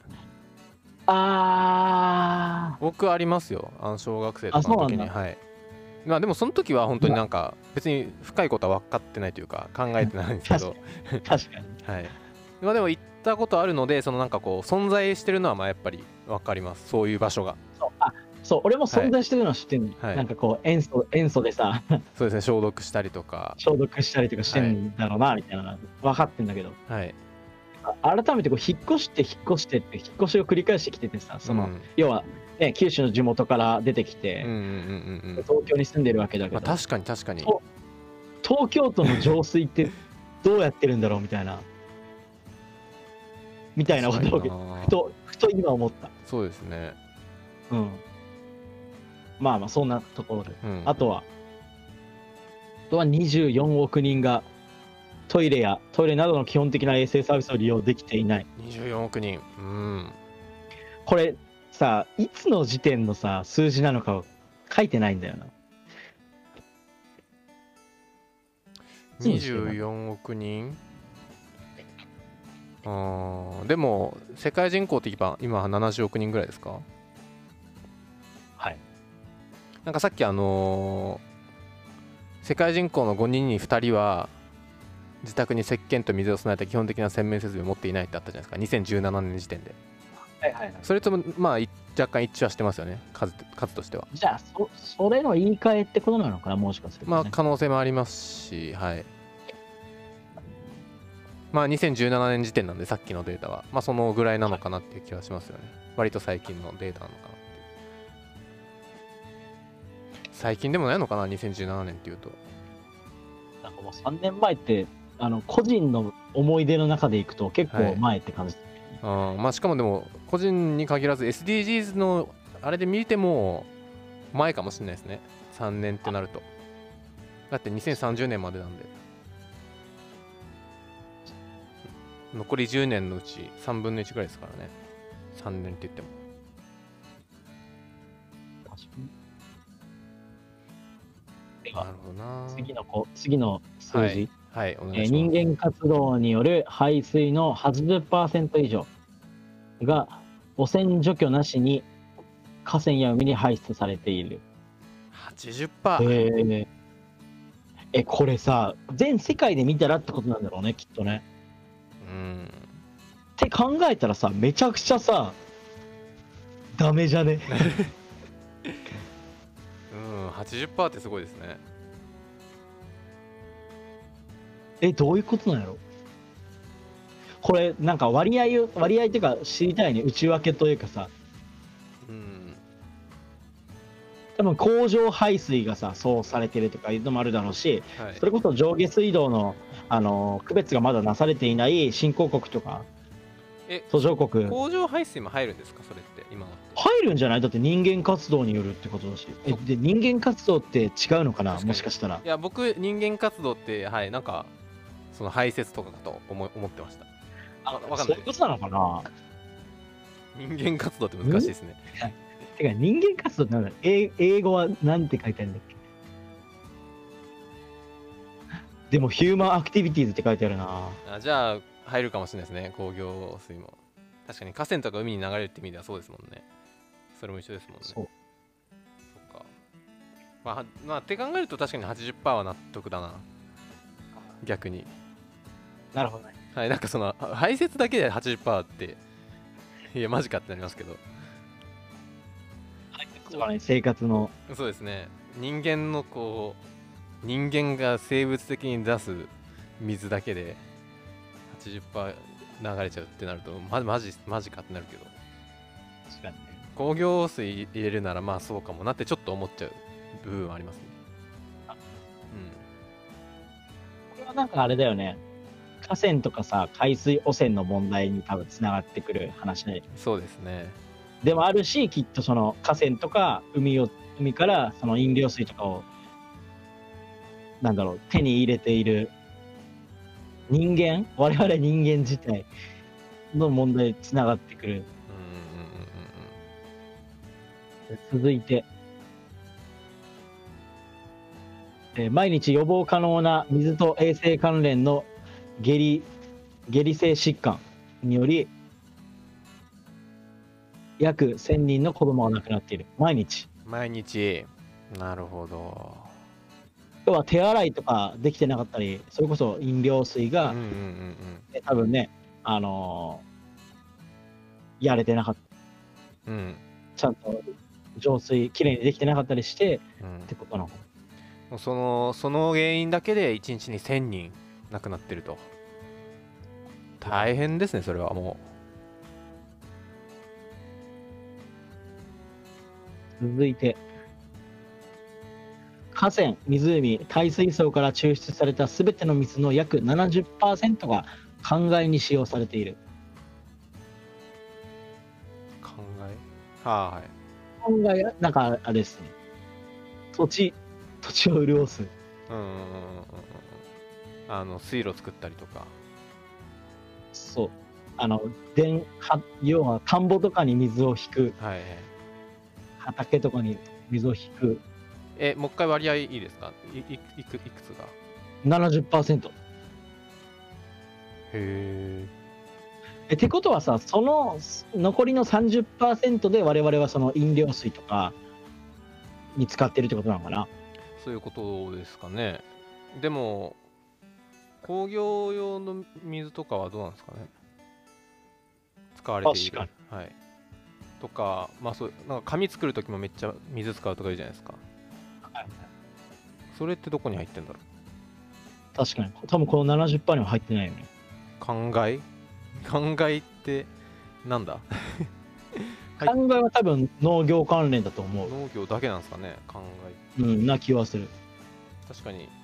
僕ありますよ、小学生とかの時に。はい。まあでもその時は本当になんか別に深いことは分かってないというか考えてないんですけど確かにはい。まあでも行ったことあるので、なんかこう存在してるのはまあやっぱり分かります、そういう場所が。 そう俺も存在してるのは知ってる、なんかこう塩素でさそうですね、消毒したりとかしてんだろうなみたいな分かってんだけど、 はい、 改めてこう引っ越してって引っ越しを繰り返してきててさ、要は、ね、九州の地元から出てきて東京に住んでるわけだけど、 確かに東京都の浄水ってどうやってるんだろうみたいなことをふと今思った。 そうですね。 まあそんなところで、あとは24億人がトイレなどの基本的な衛生サービスを利用できていない。 24億人。 これさ、いつの時点のさ、数字なのかを書いてないんだよな。 24億人。でも、世界人口って今70億人ぐらいですか？ はい。 なんかさっき世界人口の5人に2人は、自宅に石鹸と水を備えた基本的な洗面設備を持っていないってあったじゃないですか、2017年時点で。それともまあ若干一致はしてますよね、数としては。 じゃあそれの言い換えってことなのかな、もしかすると、 まあ可能性もありますし、はい。まあ2017年時点なんで、さっきのデータはまあそのぐらいなのかなっていう気はしますよね。割と最近のデータなのかなっていう。最近でもないのかな、2017年っていうと。 なんかもう3年前って個人の思い出の中でいくと結構前って感じ、 まあしかもでも個人に限らず SDGs のあれで見ても前かもしれないですね、3年ってなると。だって2030年までなんで、残り10年のうち3分の1ぐらいですからね、3年って言っても。なるほどな。 次の数字、 はい、 人間活動による排水の 80% 以上が汚染除去なしに河川や海に排出されている。 80%。 これさ、全世界で見たらってことなんだろうね、きっとね。って考えたらさ、めちゃくちゃさ、ダメじゃね 80% ってすごいですね。 どういうことなんやろこれ。なんか割合っていうか知りたいね、内訳というかさ。多分工場排水がさそうされてるとかいうのもあるだろうし、それこそ上下水道の区別がまだなされていない新興国とか途上国。 工場排水も入るんですか、それって今は。 入るんじゃない？だって人間活動によるってことだし。で人間活動って違うのかな、もしかしたら。 いや僕人間活動ってなんかその排泄とかかと思ってました。わかんない。 そういうことなのかな。 人間活動って難しいですね。 てか人間活動ってなんだ、英語はなんて書いてあるんだっけ。でもヒューマンアクティビティーズって書いてあるな。 じゃあ入るかもしれないですね、工業水も。確かに河川とか海に流れるって意味ではそうですもんね。それも一緒ですもんね。そっか。まあって考えると確かに 80% は納得だな、逆に。 なるほどね。 はい、なんか排泄だけで 80% っていやマジかってなりますけど。 生活の。 そうですね、人間のこ人間が生物的に出す水だけで 80% 流れちゃうってなるとマジかってなるけど、 確かにね。 工業水入れるならまあそうかもなってちょっと思っちゃう部分はありますね。 これはなんかあれだよね。河川とかさ、海水汚染の問題に多分つながってくる話ね。 そうですね。 でもあるし、きっとその河川とか海からその飲料水とかを、なんだろう、手に入れている我々人間自体の問題につながってくる。続いて、毎日予防可能な水と衛生関連の下痢性疾患により約1000人の子供が亡くなっている。毎日。 なるほど。 要は手洗いとかできてなかったり、それこそ飲料水が、多分ね、やれてなかった。ちゃんと浄水きれいにできてなかったりして、ってことなの。 その原因だけで1日に1000人亡くなってると。大変ですね、それはもう。続いて、河川、湖、海水槽から抽出されたすべての水の約 70% が灌漑に使用されている。 はい。 灌漑、なんかあれですね。土地を潤す。 水路作ったりとか。 そう。要は田んぼとかに水を引く。畑とかに水を引く。 もう一回割合いいですか？いくつが 70%。ってことはさ、その残りの 30% で我々はその飲料水とかに使ってるってことなのかな？ そういうことですかね。でも工業用の水とかはどうなんですかね。使われている。はい。とか、まあそうなんか紙作るときもめっちゃ水使うとか言うじゃないですか。それってどこに入ってんだろう。 確かに多分この 70% には入ってないよね。 灌漑ってなんだ灌漑は多分農業関連だと思う。 農業だけなんですかね、灌漑。な気はする。 確かに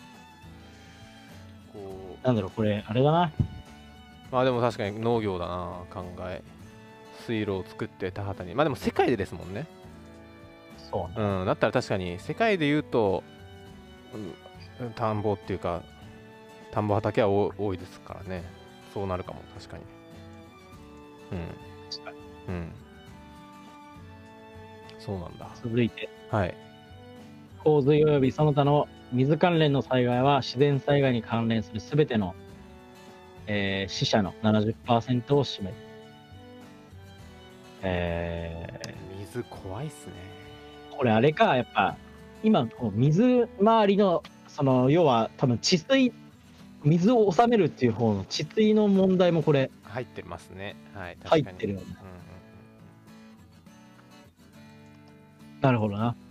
こうなんだろう、これあれだな。 まあでも確かに農業だな。灌漑、水路を作って田畑に。まあでも世界でですもんね。 そうね。 だったら確かに世界で言うと、田んぼっていうか田んぼ畑は多いですからね。そうなるかも。確かに。 確かに。 そうなんだ。 続いて、洪水及びその他の水関連の災害は自然災害に関連するすべての、死者の 70% を占める。 水怖いっすね。 これあれか、やっぱ今水回りのその要は多分水を収めるっていう方の治水の問題もこれ入ってますね。はい入ってるよね。なるほどな。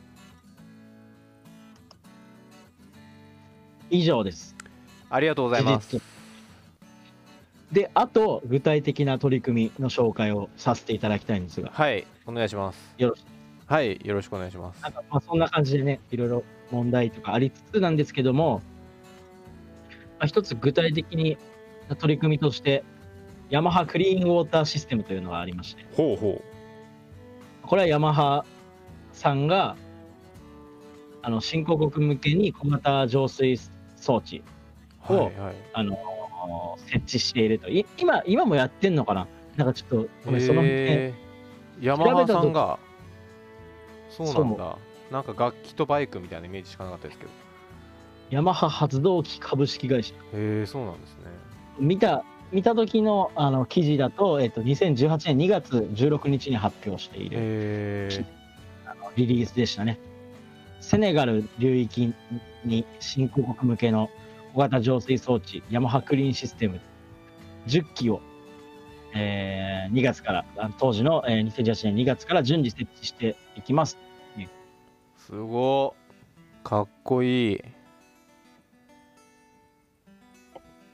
以上です。 ありがとうございます。 で、あと具体的な取り組みの紹介をさせていただきたいんですが。 はい、お願いします。 よろしく。 はい、よろしくお願いします。 なんかそんな感じでね、いろいろ問題とかありつつなんですけども、一つ具体的に取り組みとして、ヤマハクリーンウォーターシステムというのがありまして。これはヤマハさんが、新興国向けに小型浄水装置を、設置していると。今もやってんのかな。なんかちょっと、その辺。 ヤマハさんが、そうなんだ。なんか楽器とバイクみたいなイメージしかなかったですけど。 ヤマハ発動機株式会社。 そうなんですね。 見た時の記事だと、2018年2月16日に発表しているリリースでしたね。セネガル流域に新興国向けの小型浄水装置ヤマハクリーンシステム10機を、2月から当時の、2018年2月から順次設置していきます。 すごいかっこいい。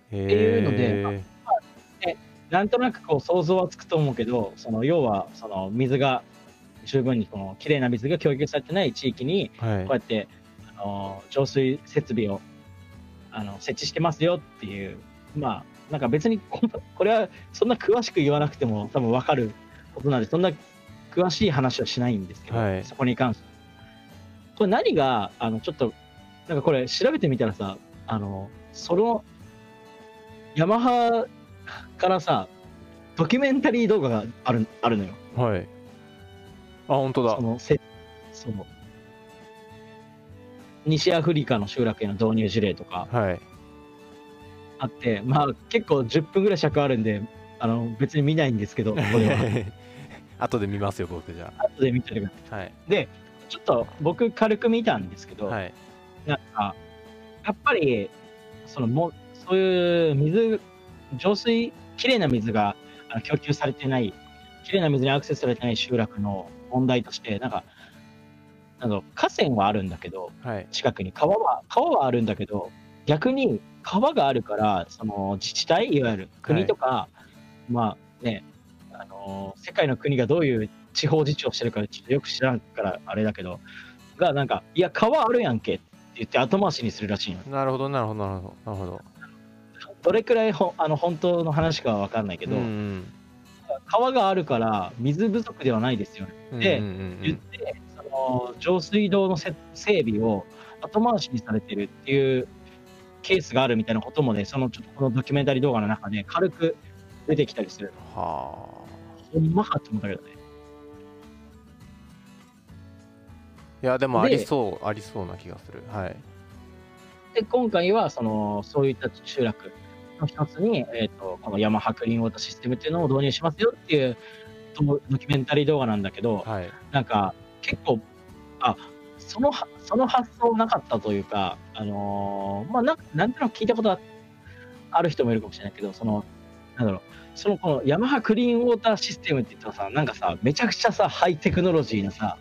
っていうので、なんとなくこう想像はつくと思うけど、要は水が十分にきれいな水が供給されてない地域にこうやって、浄水設備を設置してますよっていう、まあなんか別にこれはそんな詳しく言わなくても多分分かることなんで、そんな詳しい話はしないんですけど、そこに関してこれ何がちょっとなんかこれ調べてみたらさ、そのヤマハからさドキュメンタリー動画があるのよ。 はい。あ、本当だ。 西アフリカの集落への導入事例とかあって、まあ結構10分ぐらい尺あるんで別に見ないんですけど、これは後で見ますよ僕。じゃあ後で見てください。 はい。でちょっと僕軽く見たんですけど、なんかやっぱりそういう浄水きれいな水が供給されてない、きれいな水にアクセスされてない集落の問題として、なんか河川はあるんだけど、近くに川はあるんだけど、逆に川があるから自治体、いわゆる国とか、まあね、世界の国がどういう地方自治をしてるかちょっとよく知らんからあれだけど、がなんかいや川あるやんけって言って後回しにするらしいの。 なるほどなるほどなるほどなるほど。 どれくらい本当の話かは分かんないけど、川があるから水不足ではないですよねって言って、上水道の整備を後回しにされてるっていうケースがあるみたいなこともね、ちょっとこのドキュメンタリー動画の中で軽く出てきたりする。ほんまかって思ったけどね。 いやでもありそうな気がする。はい。 で今回はそういった集落の一つに、このヤマハクリーンウォーターシステムっていうのを導入しますよっていうドキュメンタリー動画なんだけど、なんか結構その発想なかったというか、まあなんとなく聞いたことある人もいるかもしれないけど、なんだろう、このヤマハクリーンウォーターシステムって言ったらさ、なんかさめちゃくちゃさハイテクノロジーなさ、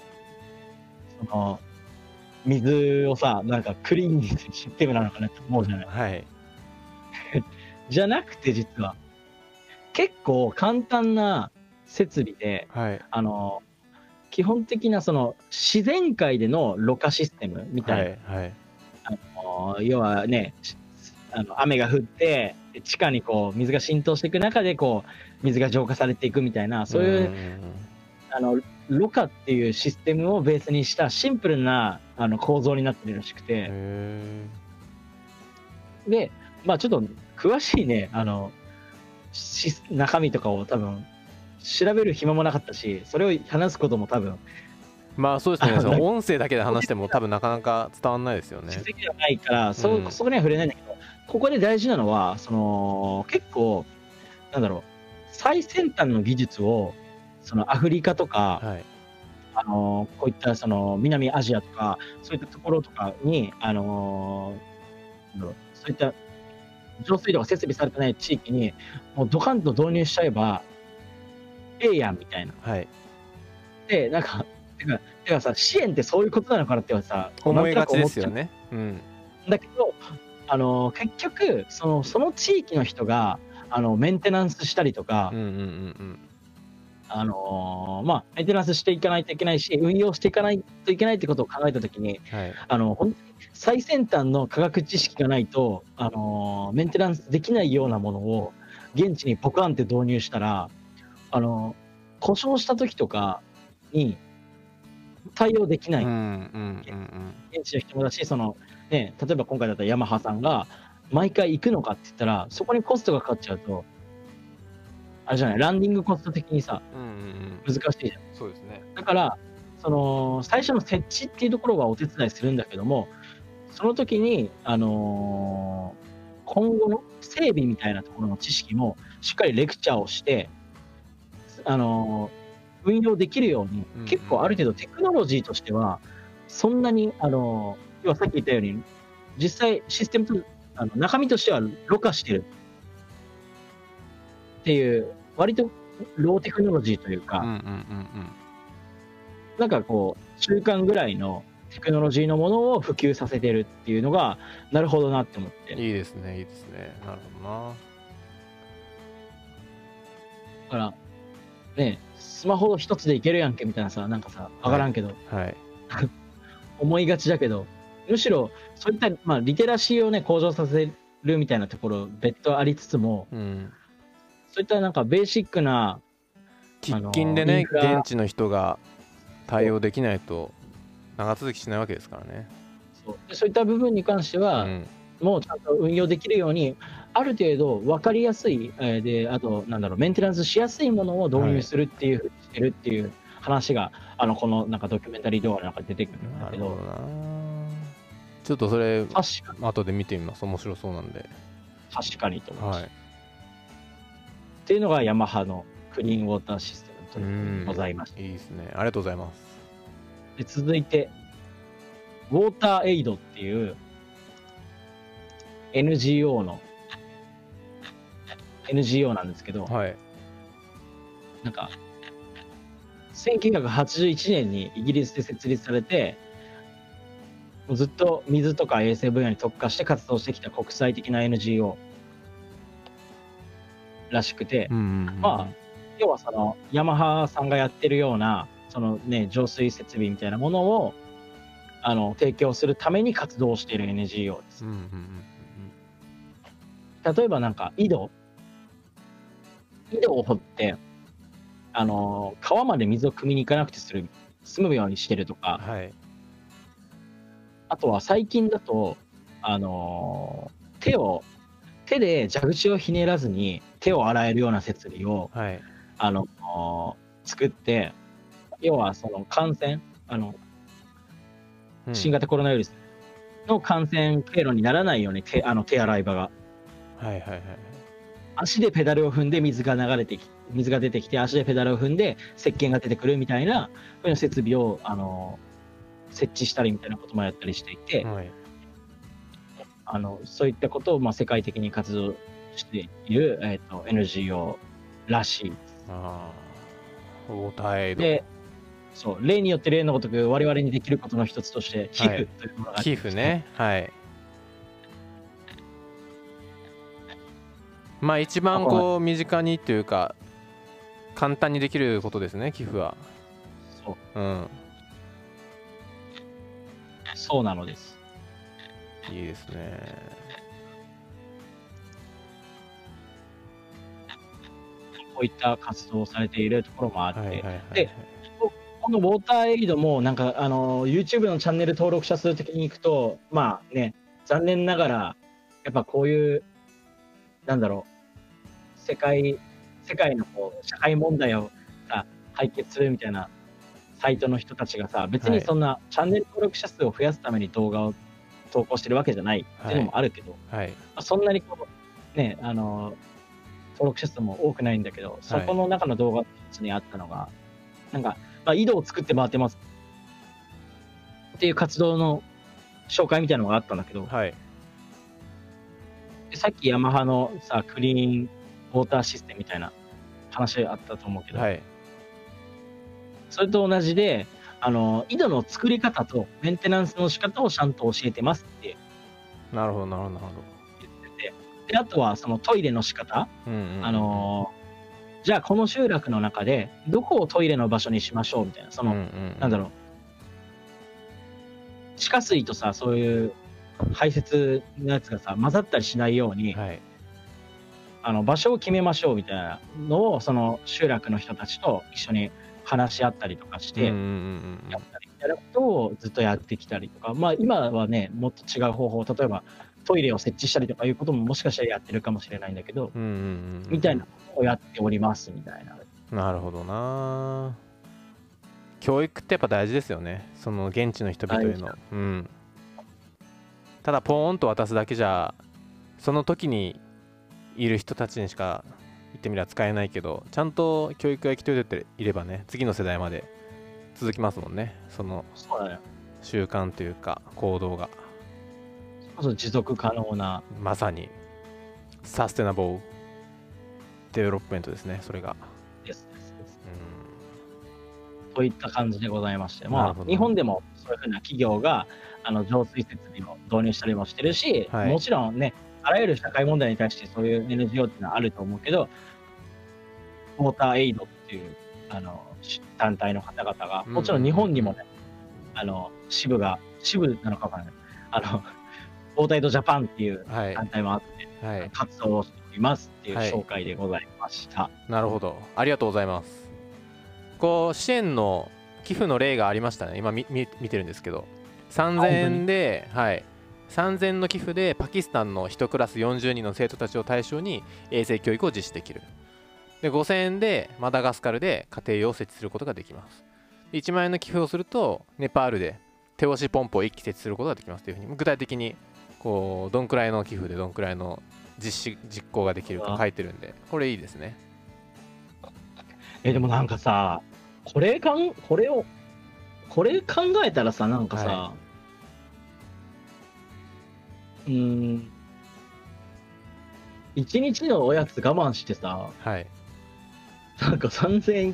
水をさなんかクリーンにするシステムなのかなって思うじゃない。じゃなくて実は結構簡単な設備で、基本的な自然界でのろ過システムみたいな、要はね雨が降って地下にこう水が浸透していく中でこう水が浄化されていくみたいな、そういうろ過っていうシステムをベースにしたシンプルな構造になってるらしくて、でまあちょっと詳しいね中身とかを多分調べる暇もなかったし、それを話すことも多分まあそうですね、音声だけで話しても多分なかなか伝わんないですよね。 実績がないから、そこには触れないんだけど、ここで大事なのは結構なんだろう、最先端の技術をアフリカとか、こういった南アジアとかそういったところとかにそういった浄水道が設備されてない地域にもうドカンと導入しちゃえばええやんみたいな。でなんかてかさ、支援ってそういうことなのかなってさ思いがちですよね。 だけど結局その地域の人がメンテナンスしたりとか、まあメンテナンスしていかないといけないし、運用していかないといけないってことを考えたときに、本当に最先端の科学知識がないとメンテナンスできないようなものを現地にポカンって導入したら故障した時とかに対応できない。現地の人もだし、例えば今回だったらヤマハさんが毎回行くのかって言ったら、そこにコストがかかっちゃうと、あれじゃない、ランディングコスト的にさ、難しいじゃん。 そうですね。 だから、最初の設置っていうところはお手伝いするんだけども、その時に、今後の整備みたいなところの知識もしっかりレクチャーをして、運用できるように、結構ある程度テクノロジーとしては、そんなに、要はさっき言ったように、実際システムと、中身としてはろ過してるっていう、割とローテクノロジーというか、なんかこう、中間ぐらいのテクノロジーのものを普及させてるっていうのがなるほどなって思って。 いいですね、いいですね。なるほどな。 だからね、スマホ一つでいけるやんけみたいなさ、なんかさ、わからんけど、 はい。 思いがちだけど、むしろそういった、まあ、リテラシーをね、向上させるみたいなところ、別途ありつつも、そういったなんかベーシックな、 喫緊でね、現地の人が対応できないと長続きしないわけですからね。 そういった部分に関しては、もうちゃんと運用できるように、ある程度分かりやすい、で、あと、なんだろう、メンテナンスしやすいものを導入するっていうふうにしてるっていう話が、このなんかドキュメンタリー動画の中で出てくるんだけど。 ちょっとそれ、後で見てみます。面白そうなんで。 確かにと思います。っていうのがヤマハのクリーンウォーターシステムとございました。 いいですね。ありがとうございます。 で、続いて、ウォーターエイドっていう NGO なんですけど、なんか、1981年にイギリスで設立されて、ずっと水とか衛生分野に特化して活動してきた国際的な NGO らしくて、まあ、要はその、ヤマハさんがやってるような、そのね、浄水設備みたいなものを、提供するために活動している NGO です。例えばなんか、井戸を掘って、川まで水を汲みに行かなくて済むようにしてるとか、あとは最近だと、手で蛇口をひねらずに手を洗えるような設備を、作って、要はその感染、新型コロナウイルスの感染経路にならないように手洗い場が。足でペダルを踏んで水が出てきて、足でペダルを踏んで石鹸が出てくるみたいな設備を設置したりみたいなこともやったりしていて、そういったことを世界的に活動している、NGO らしいです。 ウォーターエイド。 で、そう、例によって例のごとく我々にできることの一つとして寄付というものがあります。 寄付ね。まあ一番こう身近にというか簡単にできることですね、寄付は。 そう。そうなのです。 いいですね。 こういった活動をされているところもあって、で、このウォーターエイドもなんかYouTube のチャンネル登録者数的にいくと、まあね、残念ながらやっぱこういうなんだろう、世界のこう社会問題をさ解決するみたいなサイトの人たちがさ、別にそんなチャンネル登録者数を増やすために動画を投稿してるわけじゃないっていうのもあるけど、そんなにこうね、登録者数も多くないんだけど、そこの中の動画にあったのが、なんか、井戸を作って回ってますっていう活動の紹介みたいなのがあったんだけど、でさっきヤマハのさ、クリーンウォーターシステムみたいな話あったと思うけど、それと同じで、井戸の作り方とメンテナンスの仕方をちゃんと教えてますって。 なるほど、なるほど。 言ってて。で、あとはそのトイレの仕方。じゃあこの集落の中で、どこをトイレの場所にしましょうみたいな。その、なんだろう。地下水とさ、そういう排泄のやつがさ、混ざったりしないように、場所を決めましょうみたいなのを、その集落の人たちと一緒に話し合ったりとかして、やったりみたいなことをずっとやってきたりとか、まあ今はね、もっと違う方法、例えばトイレを設置したりとかいうことももしかしたらやってるかもしれないんだけど、みたいなことをやっておりますみたいな。 なるほどな。教育ってやっぱ大事ですよね、その現地の人々への。ただポーンと渡すだけじゃその時にいる人たちにしか言ってみれば使えないけど、ちゃんと教育が行き届いていればね、次の世代まで続きますもんね、その習慣というか行動が。 持続可能な、 まさにサステナブルデベロップメントですね、それが。 といった感じでございまして、まあ、日本でもそういうふうな企業が浄水設備を導入したりもしてるし、はい、もちろんね、あらゆる社会問題に対してそういう NGO っていうのはあると思うけど、ウォーターエイドっていう団体の方々が、もちろん日本にもね、支部なのかわからない、ウォーターエイドジャパンっていう団体もあって、はい、活動をしていますっていう紹介でございました。はい、 なるほど、ありがとうございます。こう支援の寄付の例がありましたね。今見てるんですけど、3000円で、はい、3000円の寄付でパキスタンの1クラス40人の生徒たちを対象に衛生教育を実施できる。で5000円でマダガスカルで家庭用を設置することができます。1万円の寄付をするとネパールで手押しポンプを1基設置することができますというふうに具体的にこうどんくらいの寄付でどんくらいの実行ができるか書いてるんで、これいいですね。 でもなんかさ、これ考えたらさ、なんかさ、はい、1日のおやつ我慢してさ、はい、なんか3000円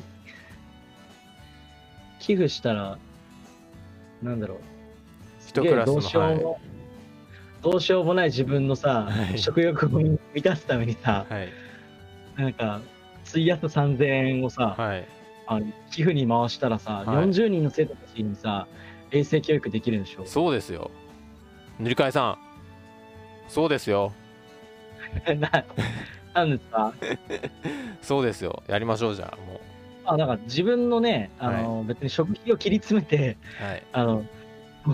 寄付したら、なんだろう、 一クラスのどうしようもない自分のさ、はい、食欲を満たすためにさ、はい、なんか費やす3000円をさ、はい、寄付に回したらさ、はい、40人の生徒たちにさ、衛生教育できるでしょ。 そうですよ。塗り替えさん、そうですよ。 なんですか。 そうですよ。やりましょう、じゃあ。もう。 なんか自分のね、はい、別に食費を切り詰めて、はい、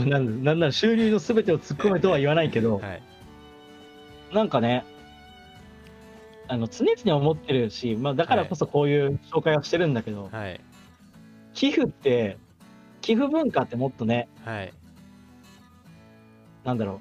なんなら収入のすべてを突っ込めとは言わないけど、はい、なんかね、常々思ってるし、まあ、だからこそこういう紹介をしてるんだけど、はい、寄付文化ってもっとね、はい、なんだろ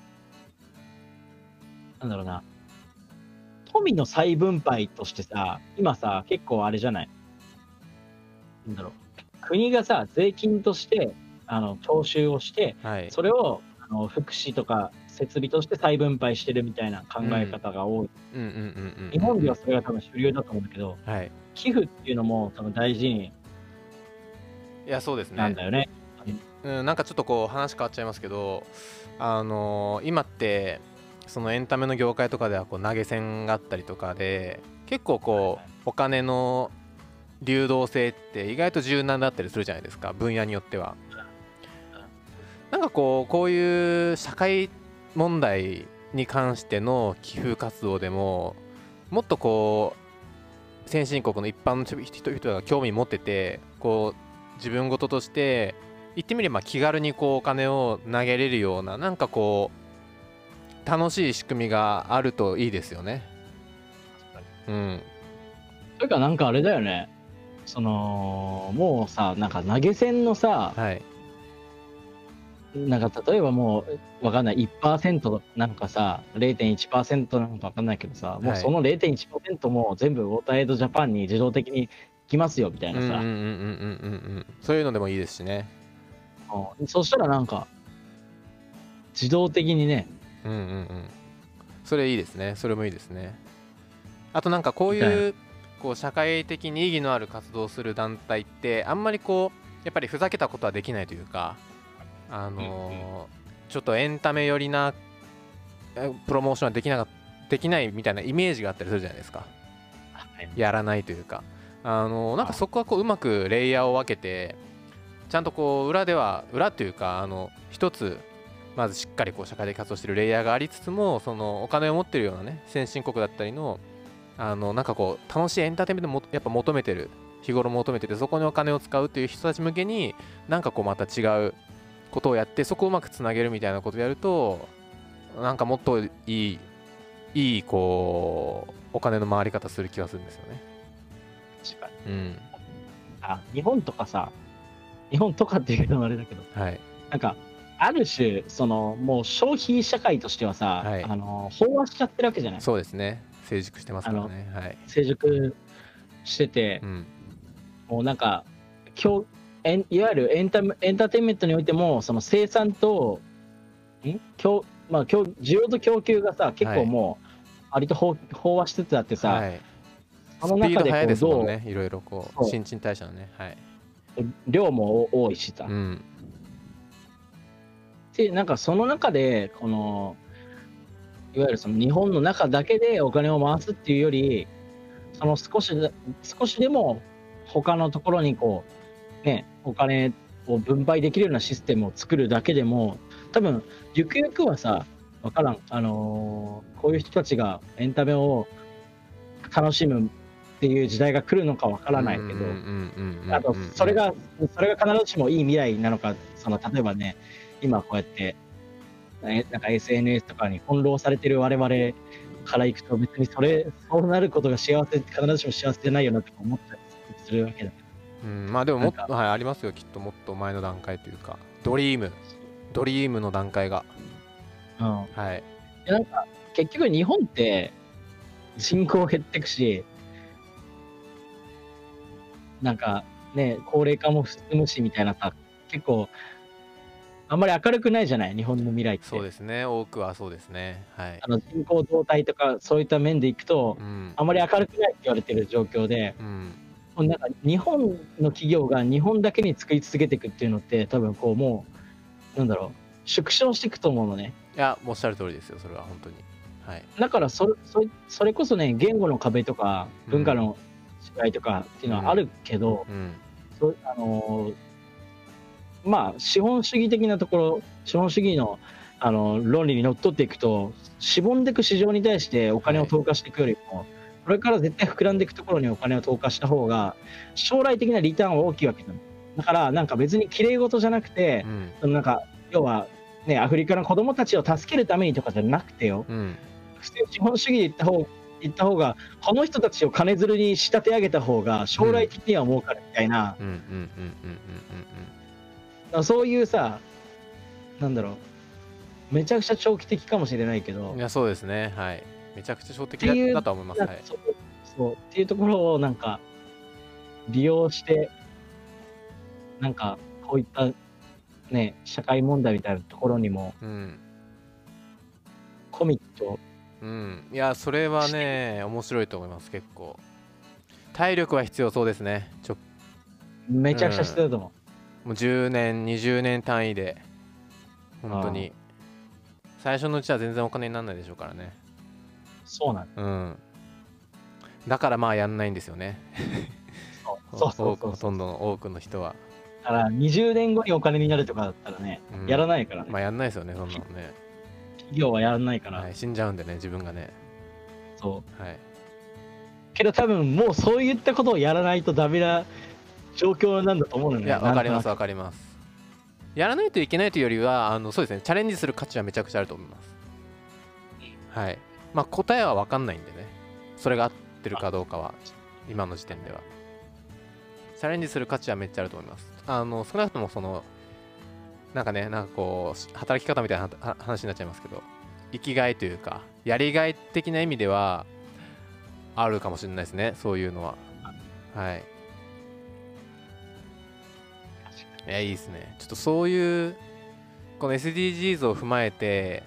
うな、富の再分配としてさ、今さ、結構あれじゃない、なんだろう、国がさ、税金として徴収をして、はい、それを福祉とか設備として再分配してるみたいな考え方が多い。日本ではそれが多分主流だと思うんだけど、はい、寄付っていうのも多分大事に、 いやそうですね。 なんだよね。 なんかちょっとこう話変わっちゃいますけど、今ってそのエンタメの業界とかではこう投げ銭があったりとかで、結構こうお金の流動性って意外と柔軟だったりするじゃないですか、分野によっては。なんかこういう社会問題に関しての寄付活動でももっとこう先進国の一般の人が興味持ってて、こう自分事として言ってみれば気軽にこうお金を投げれるような、なんかこう楽しい仕組みがあるといいですよね。うん。 というかなんかあれだよね。もうさ、なんか投げ銭のさ、はい、なんか例えばもうわかんない 1% なのかさ 0.1% なのかわかんないけどさ、もうその 0.1% も全部ウォーターエイドジャパンに自動的に来ますよみたいなさ、 そういうのでもいいですしね。 そしたらなんか自動的にね、 それいいですね。それもいいですね。あとなんかこういう社会的に意義のある活動をする団体ってあんまりこうやっぱりふざけたことはできないというか、ちょっとエンタメ寄りなプロモーションはできないみたいなイメージがあったりするじゃないですか。やらないというか、なんかそこはこううまくレイヤーを分けて、ちゃんとこう裏というか一つまずしっかりこう社会的活動しているレイヤーがありつつも、そのお金を持っているようなね先進国だったりのなんかこう楽しいエンターテインメントもやっぱ日頃求めてて、そこにお金を使うっていう人たち向けになんかこうまた違うことをやって、そこをうまくつなげるみたいなことをやると、なんかもっといいこうお金の回り方する気がするんですよね。 確かに。日本とかっていうのもあれだけど、はい、なんかある種もう消費社会としてはさ、はい、飽和しちゃってるわけじゃない。 そうですね。成熟してますからね。はい、 成熟してて、もうなんかいわゆるエンターテインメントにおいてもその生産と需要と供給がさ結構もう割と飽和しつつあってさ、 その中でスピード速いですもんね。いろいろこう新陳代謝のね、はい、 量も多いしさ。で、なんかその中で、いわゆるその日本の中だけでお金を回すっていうより、その少しでも他のところにお金を分配できるようなシステムを作るだけでも、多分、ゆくゆくはさ、わからん。こういう人たちがエンタメを楽しむっていう時代が来るのかわからないけど、あと、それが必ずしもいい未来なのか、例えばね、今こうやって、なんか SNS とかに翻弄されてる我々からいくと、別にそうなることが必ずしも幸せじゃないよなとか思ったりするわけだけど。 まあでももっと、はい、ありますよ、きっともっと前の段階というか、ドリームの段階が。はい。 なんか、結局日本って人口減ってくし、なんかね、高齢化も進むしみたいなさ、結構、あんまり明るくないじゃない、日本の未来って。 そうですね、多くはそうですね。はい。 人口動態とか、そういった面でいくと、あんまり明るくないって言われてる状況で、なんか日本の企業が日本だけに作り続けていくっていうのって、多分もう、なんだろう、縮小していくと思うのね。 いや、もうおっしゃる通りですよ、それは本当に。はい。 だからそれこそね、言語の壁とか、文化の違いとかっていうのはあるけど、まあ、資本主義的なところ、資本主義の論理にのっとっていくと、しぼんでいく市場に対してお金を投下していくよりも、これから絶対膨らんでいくところにお金を投下した方が、将来的なリターンは大きいわけだ。だから、なんか別に綺麗事じゃなくて、なんか、要は、ね、アフリカの子供たちを助けるためにとかじゃなくてよ、普通に資本主義で言った方が、この人たちを金づるに仕立て上げた方が、将来的には儲かるみたいな、そういうさ、なんだろう、めちゃくちゃ長期的かもしれないけど、 いや、そうですね、はい。めちゃくちゃ長期的だと思います。はい。 そうっていうところをなんか利用して、なんかこういったね、社会問題みたいなところにも、コミット。 いや、それはね、面白いと思います、結構。体力は必要そうですね。 めちゃくちゃ必要だと思う。 もう10年、20年単位で、本当に。最初のうちは全然お金にならないでしょうからね。 そうなんだ。 だからまあやんないんですよね。 そうほとんどの多くの人は。 だから20年後にお金になるとかだったらね、やらないからね。 まあやんないですよね、そんなのね。 企業はやらないから。 はい、死んじゃうんでね、自分がね。 そう。はい。 けど多分もうそういったことをやらないとダメな状況なんだと思うのね。 いや、わかります、わかります。やらないといけないというよりは、そうですね、チャレンジする価値はめちゃくちゃあると思います。はい。まあ答えはわかんないんでね。それが合ってるかどうかは、今の時点では。チャレンジする価値はめっちゃあると思います。少なくともなんかね、なんかこう、働き方みたいな話になっちゃいますけど、生きがいというか、やりがい的な意味では、あるかもしれないですね、そういうのは。はい。いや、いいですね。ちょっとそういう、この SDGs を踏まえて、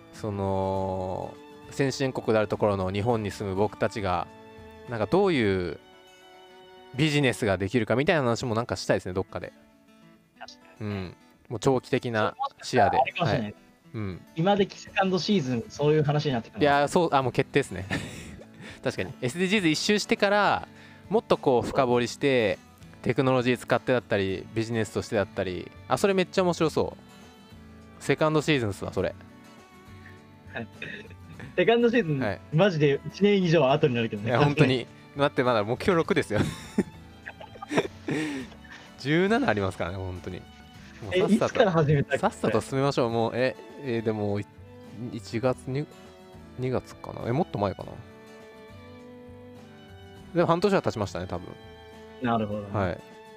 先進国であるところの日本に住む僕たちが、なんかどういうビジネスができるかみたいな話もなんかしたいですね、どっかで。もう長期的な視野で。 今できセカンドシーズン、そういう話になってくる。 いや、もう決定ですね。確かに。SDGs 一周してから、もっとこう深掘りして、テクノロジー使ってだったり、ビジネスとしてだったり、それめっちゃ面白そう。セカンドシーズンっすわ、それ。 セカンドシーズン、マジで1年以上後になるけどね。 いや、本当に。待って、まだ目標6ですよ。17ありますからね、本当に。 いつから始めたっけ？ さっさと進めましょう。もう、でも、1月に、2月かな。もっと前かな。でも半年は経ちましたね、多分。 なるほど。 はい。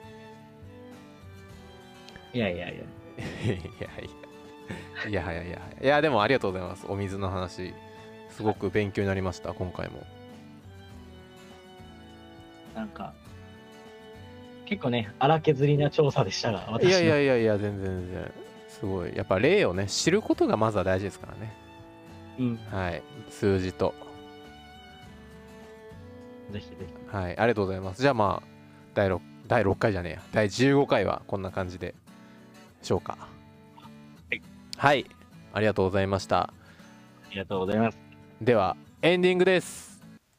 いやいやいや。 いやいやいや。いや、でもありがとうございます。お水の話。すごく勉強になりました、今回も。 なんか、結構ね、荒削りな調査でしたが、 私いや、全然。すごい。やっぱ例をね、知ることがまずは大事ですからね。はい。数字と。 ぜひぜひ。 はい。ありがとうございます。じゃあまあ、第6 第6回じゃねえや、第15回はこんな感じでしょうか。 はい、 はい、ありがとうございました。ありがとうございます。 ではエンディングです。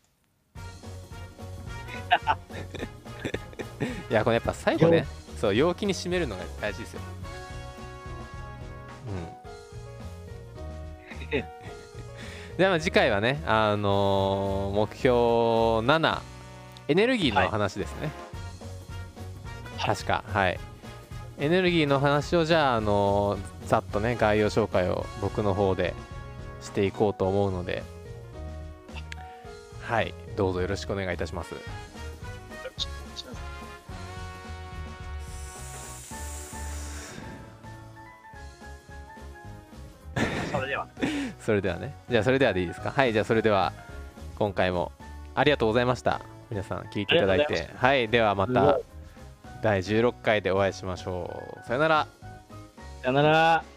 いやこれやっぱ最後ね、そう陽気に締めるのが大事ですよ。では次回はね、目標7エネルギーの話ですね、はい、確か。はい、エネルギーの話をじゃあ、ざっとね概要紹介を僕の方でしていこうと思うので、はい、どうぞよろしくお願いいたします。それではね、じゃあそれではでいいですか。はい、じゃあそれでは今回もありがとうございました。皆さん聞いていただいて、はい、ではまた第16回でお会いしましょう。さよなら。 さよなら。